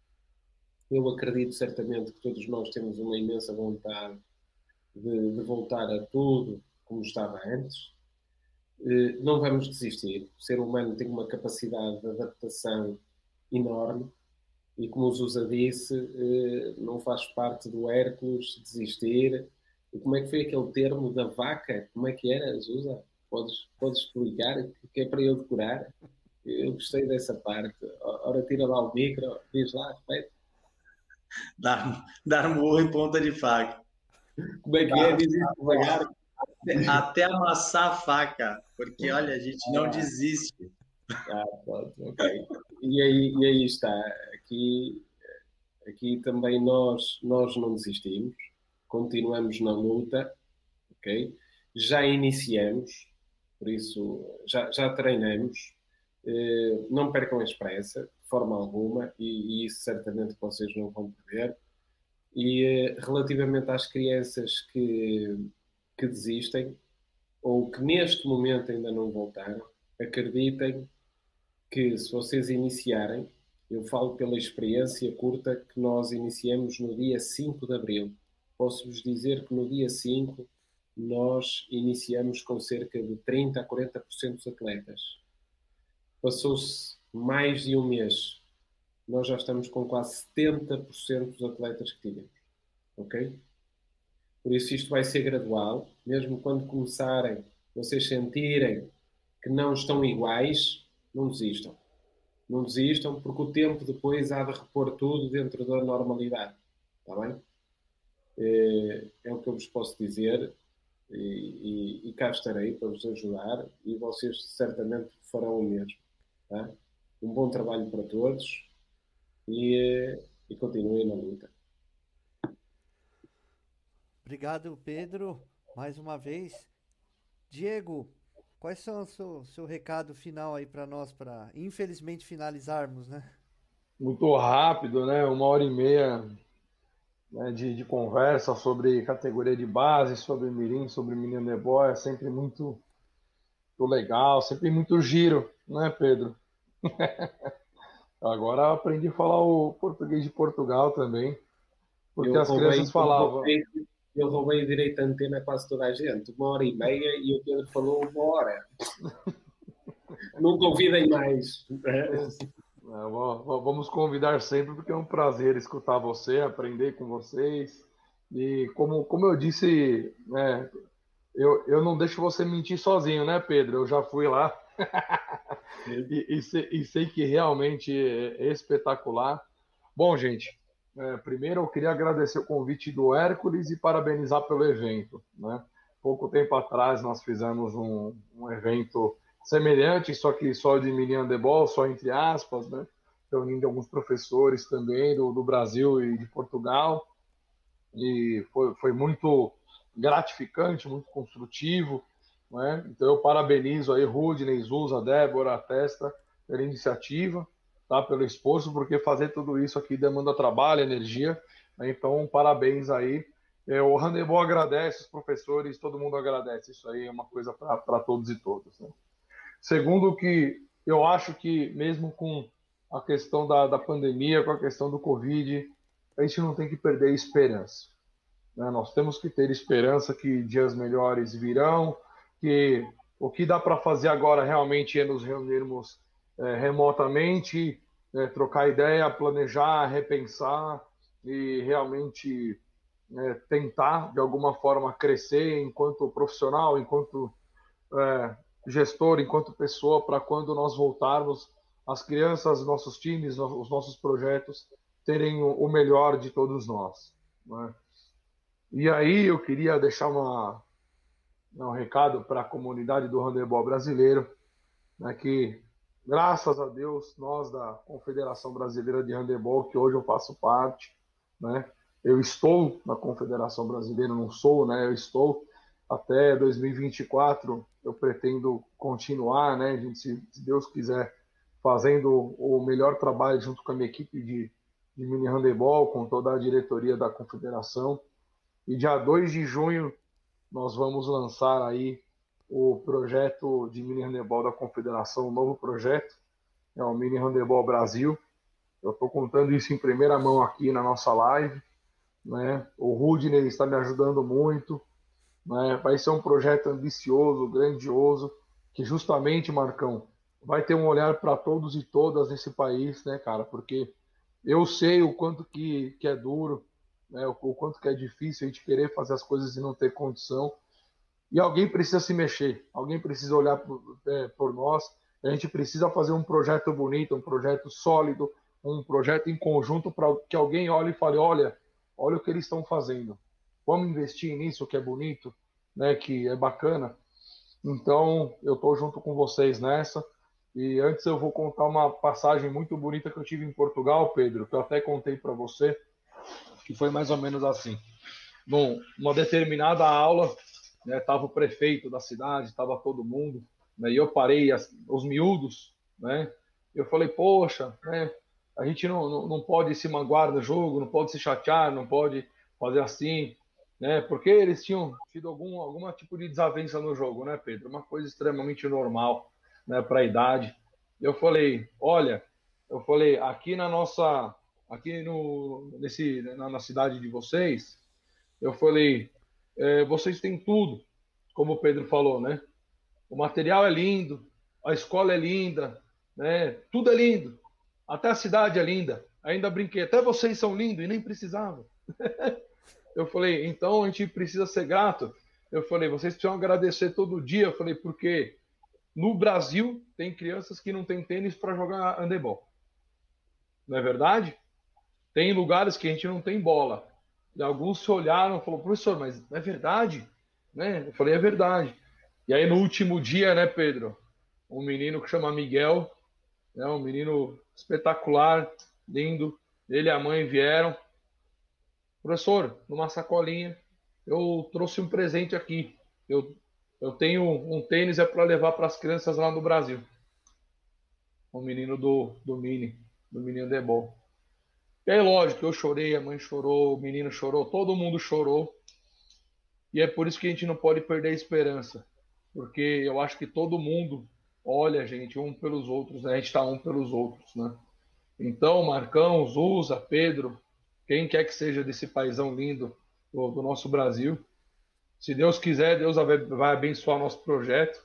Eu acredito certamente que todos nós temos uma imensa vontade de, de voltar a tudo como estava antes. Não vamos desistir. O ser humano tem uma capacidade de adaptação enorme. E como o Zusa disse, não faz parte do Hércules desistir. E como é que foi aquele termo da vaca? Como é que era, Zusa? Podes, podes explicar? Que é para eu decorar? Eu gostei dessa parte. Ora, tira lá o micro, diz lá, repete. Dar, dar morro em ponta de faca. Como é que é? Diz isso devagar. Até amassar a faca, porque olha, a gente não ah. desiste. Ah, pronto, ok. E aí, e aí está. Aqui, aqui também nós, nós não desistimos, continuamos na luta, ok? Já iniciamos, por isso já, já treinamos, eh, não percam a esperança, de forma alguma, e, e isso certamente vocês não vão perder. E eh, relativamente às crianças que, que desistem, ou que neste momento ainda não voltaram, acreditem que se vocês iniciarem, eu falo pela experiência curta que nós iniciamos no dia cinco de abril. Posso-vos dizer que no dia cinco nós iniciamos com cerca de trinta a quarenta por cento dos atletas. Passou-se mais de um mês. Nós já estamos com quase setenta por cento dos atletas que tínhamos. Ok? Por isso isto vai ser gradual. Mesmo quando começarem, vocês sentirem que não estão iguais, não desistam. Não desistam, porque o tempo depois há de repor tudo dentro da normalidade. Está bem? É, é o que eu vos posso dizer e, e, e cá estarei para vos ajudar e vocês certamente farão o mesmo. Tá? Um bom trabalho para todos e, e continuem na luta. Obrigado, Pedro, mais uma vez. Diego, quais são o seu, seu recado final aí para nós, para infelizmente finalizarmos, né? muito rápido, né? Uma hora e meia, né, de, de conversa sobre categoria de base, sobre mirim, sobre mini handebol, é sempre muito, muito legal, sempre muito giro, né, Pedro? Agora aprendi a falar o português de Portugal também, porque Eu as crianças roubei, eu falavam. roubei, eu roubei o direito de antena a quase toda a gente. Uma hora e meia e o Pedro falou uma hora. Não convidem mais. É, vamos convidar sempre, porque é um prazer escutar você, aprender com vocês. E como, como eu disse, né, eu, eu não deixo você mentir sozinho, né, Pedro? Eu já fui lá e, e, sei, e sei que realmente é espetacular. Bom, gente, é, primeiro eu queria agradecer o convite do Hércules e parabenizar pelo evento, né? Pouco tempo atrás nós fizemos um, um evento semelhante, só que só de mini handebol, só entre aspas, né? Reunindo alguns professores também do, do Brasil e de Portugal, e foi, foi muito gratificante, muito construtivo, né? Então eu parabenizo aí Rudney, Zusa, Débora, Testa pela iniciativa, tá? Pelo esforço, porque fazer tudo isso aqui demanda trabalho, energia, né? Então parabéns aí. É, o Handebol agradece, os professores, todo mundo agradece. Isso aí é uma coisa para todos e todas, né? Segundo, que eu acho que mesmo com a questão da, da pandemia, com a questão do Covid, a gente não tem que perder a esperança, né? Nós temos que ter esperança que dias melhores virão, que o que dá para fazer agora realmente é nos reunirmos é, remotamente, é, trocar ideia, planejar, repensar e realmente é, tentar, de alguma forma, crescer enquanto profissional, enquanto é, gestor, enquanto pessoa, para quando nós voltarmos, as crianças, nossos times, os nossos projetos terem o melhor de todos nós, né? E aí eu queria deixar uma, um recado para a comunidade do handebol brasileiro, né, que, graças a Deus, nós da Confederação Brasileira de Handebol, que hoje eu faço parte, né, eu estou na Confederação Brasileira, não sou, né, eu estou até dois mil e vinte e quatro, eu pretendo continuar, né, a gente, se Deus quiser, fazendo o melhor trabalho junto com a minha equipe de, de mini handebol, com toda a diretoria da Confederação. E dia dois de junho nós vamos lançar aí o projeto de mini handebol da Confederação, um novo projeto, é o Mini Handebol Brasil. Eu estou contando isso em primeira mão aqui na nossa live, né? O Rudney está me ajudando muito, né? Vai ser um projeto ambicioso, grandioso, que justamente, Marcão, vai ter um olhar para todos e todas nesse país, né, cara? Porque eu sei o quanto que, que é duro, né? O, o quanto que é difícil a gente querer fazer as coisas e não ter condição. E alguém precisa se mexer, alguém precisa olhar por, é, por nós. A gente precisa fazer um projeto bonito, um projeto sólido, um projeto em conjunto para que alguém olhe e fale: olha, olha o que eles estão fazendo. Vamos investir nisso que é bonito, né? Que é bacana. Então, eu estou junto com vocês nessa. E antes eu vou contar uma passagem muito bonita que eu tive em Portugal, Pedro, que eu até contei para você, que foi mais ou menos assim. Bom, uma determinada aula, né, tava o prefeito da cidade, estava todo mundo, né, e eu parei as, os miúdos, né, eu falei, poxa, né, a gente não, não, não pode se magoar no jogo, não pode se chatear, não pode fazer assim, né, porque eles tinham tido algum, algum tipo de desavença no jogo, né, Pedro? Uma coisa extremamente normal, né, para a idade. Eu falei, olha, eu falei, aqui na nossa, aqui no, nesse, na, na cidade de vocês, eu falei, é, vocês têm tudo, como o Pedro falou, né? O material é lindo, a escola é linda, né? Tudo é lindo, até a cidade é linda. Ainda brinquei, até vocês são lindos e nem precisavam. Eu falei, então a gente precisa ser grato. Eu falei, vocês precisam agradecer todo dia. Eu falei, porque no Brasil tem crianças que não têm tênis para jogar handebol. Não é verdade? Tem lugares que a gente não tem bola. E alguns se olharam e falaram, professor, mas é verdade? Né? Eu falei, é verdade. E aí no último dia, né, Pedro? Um menino que chama Miguel, né, um menino espetacular, lindo. Ele e a mãe vieram. Professor, numa sacolinha, eu trouxe um presente aqui. Eu, eu tenho um tênis é para levar para as crianças lá no Brasil. O menino do, do Mini. do menino Debol. E aí, lógico, eu chorei, a mãe chorou, o menino chorou, todo mundo chorou. E é por isso que a gente não pode perder a esperança. Porque eu acho que todo mundo olha a gente um pelos outros, né? A gente está um pelos outros, né? Então, Marcão, Zusa, Pedro, quem quer que seja desse paizão lindo do, do nosso Brasil, se Deus quiser, Deus vai abençoar nosso projeto.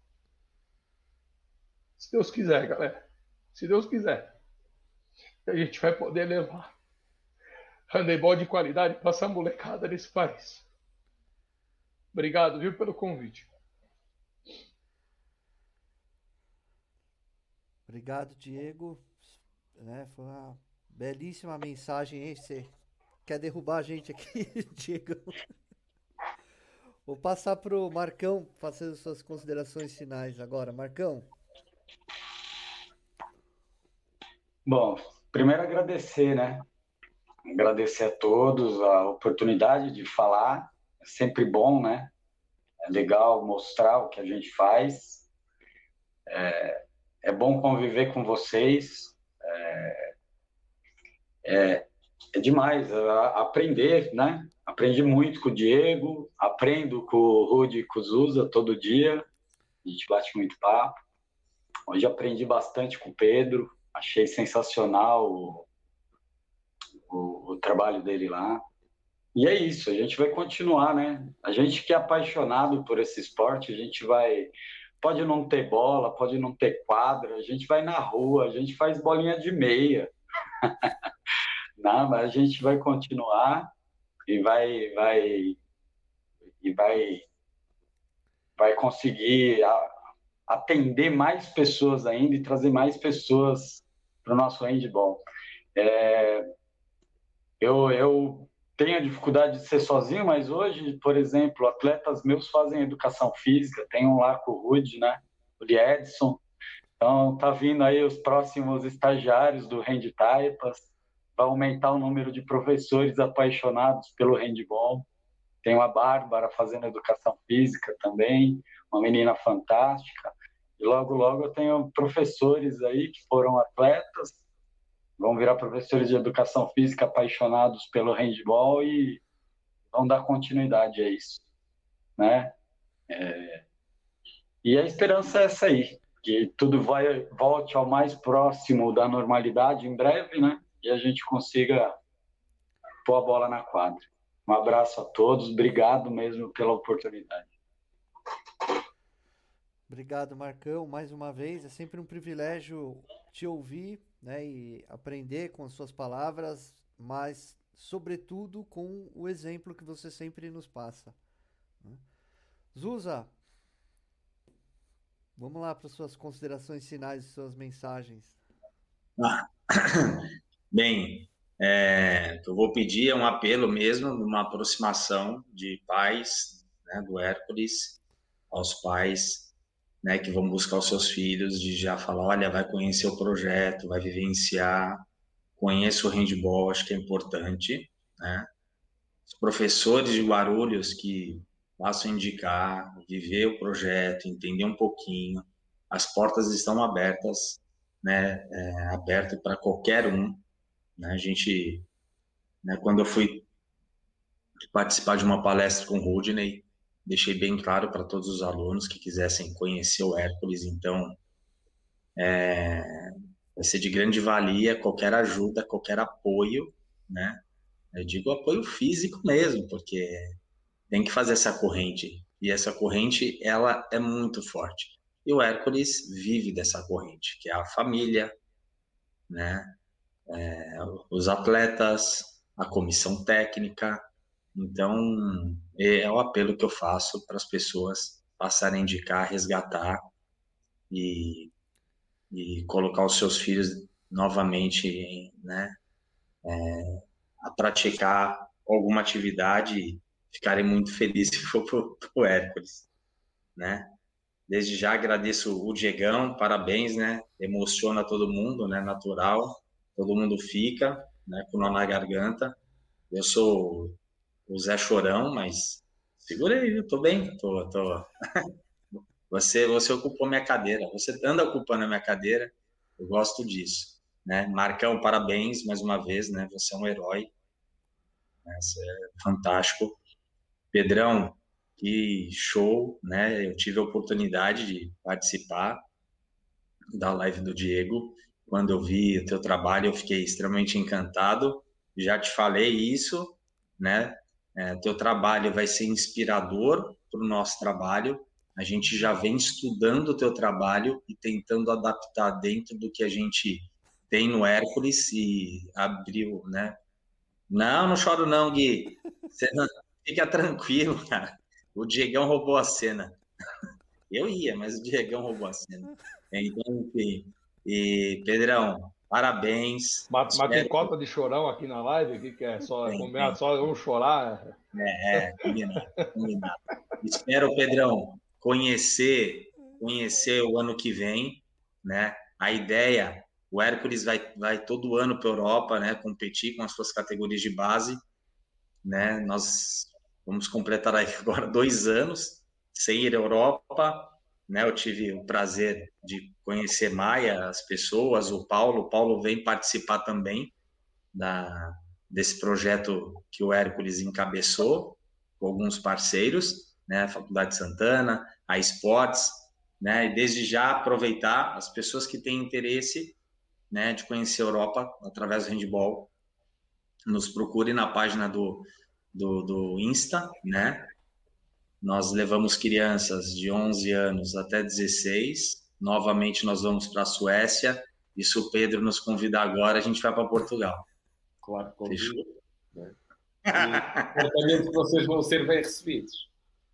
Se Deus quiser, galera. Se Deus quiser. A gente vai poder levar handebol de qualidade para essa molecada desse país. Obrigado, viu, pelo convite. Obrigado, Diego. Né, foi uma belíssima mensagem, hein? Você quer derrubar a gente aqui, Diego? Vou passar pro Marcão fazer suas considerações finais agora. Marcão. Bom, primeiro agradecer, né? Agradecer a todos a oportunidade de falar. É sempre bom, né? É legal mostrar o que a gente faz. É, é bom conviver com vocês. É, é, é demais é, aprender, né? Aprendi muito com o Diego, aprendo com o Rudy e com o Zusa todo dia. A gente bate muito papo. Hoje aprendi bastante com o Pedro. Achei sensacional o, o, o trabalho dele lá. E é isso, a gente vai continuar, né? A gente que é apaixonado por esse esporte, a gente vai... Pode não ter bola, pode não ter quadra, a gente vai na rua, a gente faz bolinha de meia. Não, mas a gente vai continuar e vai, vai, e vai, vai conseguir atender mais pessoas ainda e trazer mais pessoas para o nosso handball. É, eu, eu tenho a dificuldade de ser sozinho, mas hoje, por exemplo, atletas meus fazem educação física, tem um lá com o Rudy, né? O Edson. Então, tá vindo aí os próximos estagiários do Hand Taipas, vai aumentar o número de professores apaixonados pelo handball. Tem a Bárbara fazendo educação física também, uma menina fantástica. E logo, logo eu tenho professores aí que foram atletas, vão virar professores de educação física apaixonados pelo handball e vão dar continuidade a isso, né? É... E a esperança é essa aí, que tudo vai, volte ao mais próximo da normalidade em breve, né? E a gente consiga pôr a bola na quadra. Um abraço a todos, obrigado mesmo pela oportunidade. Obrigado, Marcão, mais uma vez. É sempre um privilégio te ouvir, né, e aprender com as suas palavras, mas, sobretudo, com o exemplo que você sempre nos passa. Zusa, vamos lá para as suas considerações finais, suas mensagens. Ah, bem, é, eu vou pedir um apelo mesmo, uma aproximação de pais, né, do Hércules aos pais, né, que vão buscar os seus filhos, de já falar, olha, vai conhecer o projeto, vai vivenciar, conheça o handball, acho que é importante, né? Os professores de Guarulhos que possam indicar, viver o projeto, entender um pouquinho, as portas estão abertas, né, é, abertas para qualquer um, né? A gente, né, quando eu fui participar de uma palestra com o Rudney, deixei bem claro para todos os alunos que quisessem conhecer o Hércules, então é, vai ser de grande valia qualquer ajuda, qualquer apoio, né? Eu digo apoio físico mesmo, porque tem que fazer essa corrente, e essa corrente, ela é muito forte. E o Hércules vive dessa corrente, que é a família, né? É, os atletas, a comissão técnica. Então, é o apelo que eu faço para as pessoas passarem a indicar, resgatar e, e colocar os seus filhos novamente, né, é, a praticar alguma atividade e ficarem muito felizes se for para o Hércules, né? Desde já agradeço o Diegão, parabéns, né? Emociona todo mundo, né? Natural, todo mundo fica, né, com nó na garganta. Eu sou o Zé Chorão, mas segura aí, eu tô bem, tô, tô... Você, você ocupou minha cadeira, você anda ocupando a minha cadeira, eu gosto disso, né? Marcão, parabéns mais uma vez, né? Você é um herói, né? Você é fantástico. Pedrão, que show, né? Eu tive a oportunidade de participar da live do Diego. Quando eu vi o teu trabalho, eu fiquei extremamente encantado. Já te falei isso, né? É, teu trabalho vai ser inspirador para o nosso trabalho. A gente já vem estudando o teu trabalho e tentando adaptar dentro do que a gente tem no Hércules e abriu, né? Não, não choro não, Gui. Você não... Fica tranquilo, cara. O Diegão roubou a cena. Eu ia, mas o Diegão roubou a cena. Então, enfim. E, Pedrão, parabéns. Mas, mas tem Espero cota de chorão aqui na live, aqui, que é que só, tem, como é, tem. só vamos chorar. É, é, combinado, combinado. Espero, Pedrão, conhecer, conhecer o ano que vem, né? A ideia, o Hércules vai, vai todo ano para a Europa, né? Competir com as suas categorias de base, né? Nós vamos completar aí agora dois anos sem ir à Europa, né? Eu tive o prazer de conhecer Maia, as pessoas, o Paulo. O Paulo vem participar também da, desse projeto que o Hércules encabeçou com alguns parceiros, né? A Faculdade Santana, a Esportes, né? E desde já aproveitar as pessoas que têm interesse, né? De conhecer a Europa através do handball, nos procure na página do, do, do Insta, né? Nós levamos crianças de onze anos até dezesseis. Novamente nós vamos para a Suécia. E se o Pedro nos convidar agora, a gente vai para Portugal. Claro que Fechou? convido. Né? E certamente vocês vão ser bem recebidos.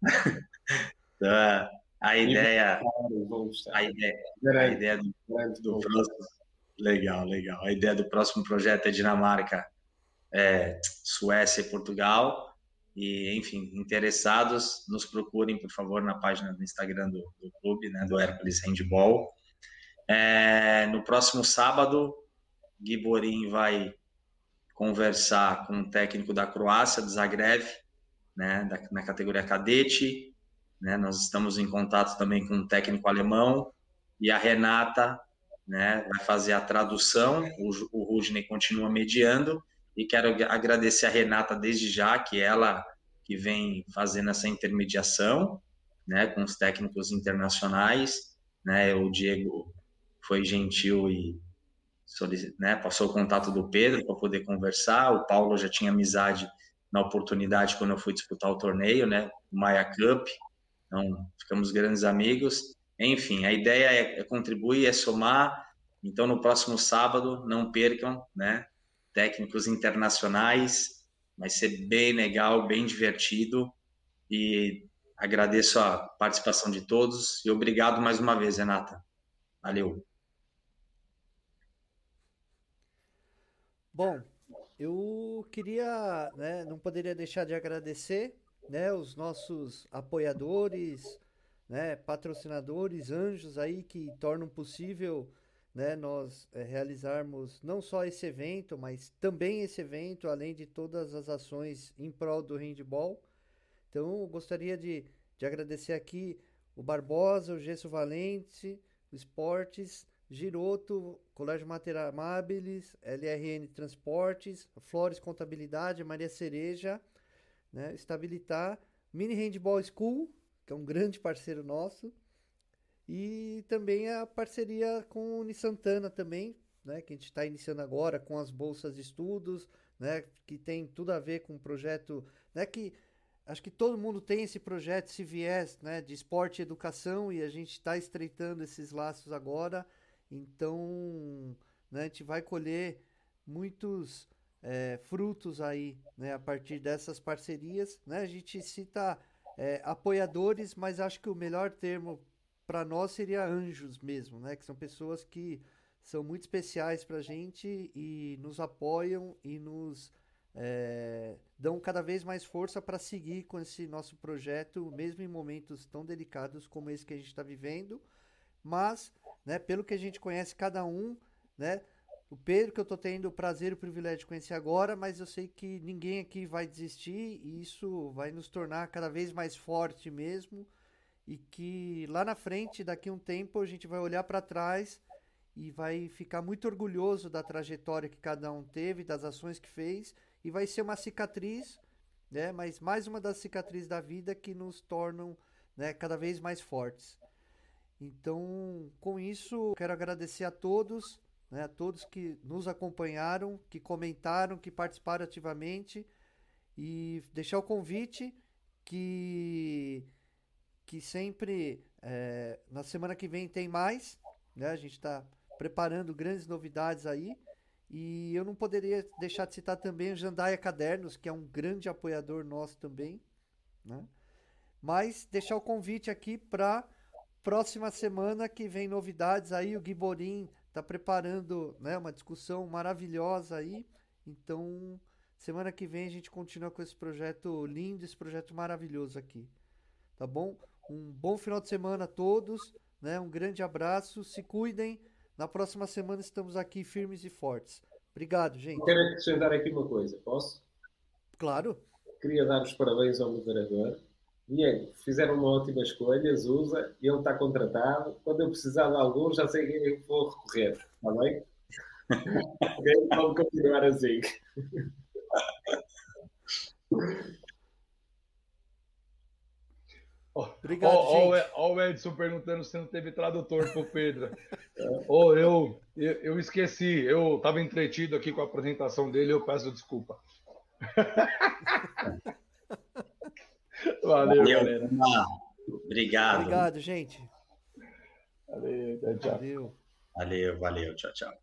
Então, a ideia, Vão gostar. a ideia, a Garanto, ideia do, garanto do que vão próximo, legal, legal. A ideia do próximo projeto é Dinamarca, é, Suécia e Portugal. E, enfim, interessados, nos procurem, por favor, na página do Instagram do, do clube, né, do Hércules Handball. É, no próximo sábado, Gui Borin vai conversar com um técnico da Croácia, do Zagreb, né, da, na categoria cadete. Né, nós estamos em contato também com um técnico alemão. E a Renata, né, vai fazer a tradução. O, o Rudney continua mediando. E quero agradecer a Renata desde já, que ela que vem fazendo essa intermediação, né, com os técnicos internacionais, né, o Diego foi gentil e né, passou o contato do Pedro para poder conversar, o Paulo já tinha amizade na oportunidade quando eu fui disputar o torneio, né, o Maia Cup, então ficamos grandes amigos, enfim, a ideia é, é contribuir, é somar, então no próximo sábado, não percam, né, técnicos internacionais, vai ser bem legal, bem divertido e agradeço a participação de todos e obrigado mais uma vez, Renata. Valeu. Bom, eu queria, né, não poderia deixar de agradecer, né, os nossos apoiadores, né, patrocinadores, anjos aí que tornam possível, né, nós é, realizarmos não só esse evento, mas também esse evento, além de todas as ações em prol do handball. Então, eu gostaria de, de agradecer aqui o Barbosa, o Gesso Valente, o Esportes, Giroto, Colégio Mater Amabilis, L R N Transportes, Flores Contabilidade, Maria Cereja, né, Estabilitar, Mini Handball School, que é um grande parceiro nosso, e também a parceria com o Unisantana também, né, que a gente está iniciando agora com as bolsas de estudos, né, que tem tudo a ver com o projeto, né, que acho que todo mundo tem esse projeto, esse viés, né, de esporte e educação, e a gente está estreitando esses laços agora. Então, né, a gente vai colher muitos é, frutos aí, né, a partir dessas parcerias. Né? A gente cita é, apoiadores, mas acho que o melhor termo para nós seria anjos mesmo, né, que são pessoas que são muito especiais para a gente e nos apoiam e nos é, dão cada vez mais força para seguir com esse nosso projeto, mesmo em momentos tão delicados como esse que a gente está vivendo. Mas, né, pelo que a gente conhece cada um, né, o Pedro que eu estou tendo o prazer e o privilégio de conhecer agora, mas eu sei que ninguém aqui vai desistir e isso vai nos tornar cada vez mais forte mesmo e que lá na frente, daqui a um tempo, a gente vai olhar para trás e vai ficar muito orgulhoso da trajetória que cada um teve, das ações que fez, e vai ser uma cicatriz, né? Mas mais uma das cicatrizes da vida que nos tornam, né, cada vez mais fortes. Então, com isso, quero agradecer a todos, né, a todos que nos acompanharam, que comentaram, que participaram ativamente, e deixar o convite que, que sempre, é, na semana que vem tem mais, né? A gente está preparando grandes novidades aí, e eu não poderia deixar de citar também o Jandaia Cadernos, que é um grande apoiador nosso também, né? Mas deixar o convite aqui para próxima semana que vem novidades aí, o Gui Borim está preparando, né, uma discussão maravilhosa aí, então semana que vem a gente continua com esse projeto lindo, esse projeto maravilhoso aqui, tá bom? Um bom final de semana a todos, né? Um grande abraço, se cuidem, na próxima semana estamos aqui firmes e fortes. Obrigado, gente. Eu quero acrescentar aqui uma coisa, posso? Claro. Queria dar os parabéns ao moderador. Diego, fizeram uma ótima escolha, usa, ele está contratado. Quando eu precisar de algum, já sei que eu vou recorrer, está bem? Ok, vamos continuar assim. Obrigado, Ó, gente. ó, o Edson perguntando se não teve tradutor pro Pedro. Ô, eu, eu, eu esqueci, eu estava entretido aqui com a apresentação dele, eu peço desculpa. Valeu, Valeu, galera. Obrigado. Obrigado, gente. Valeu, tchau. Valeu. Valeu, valeu. Tchau, tchau.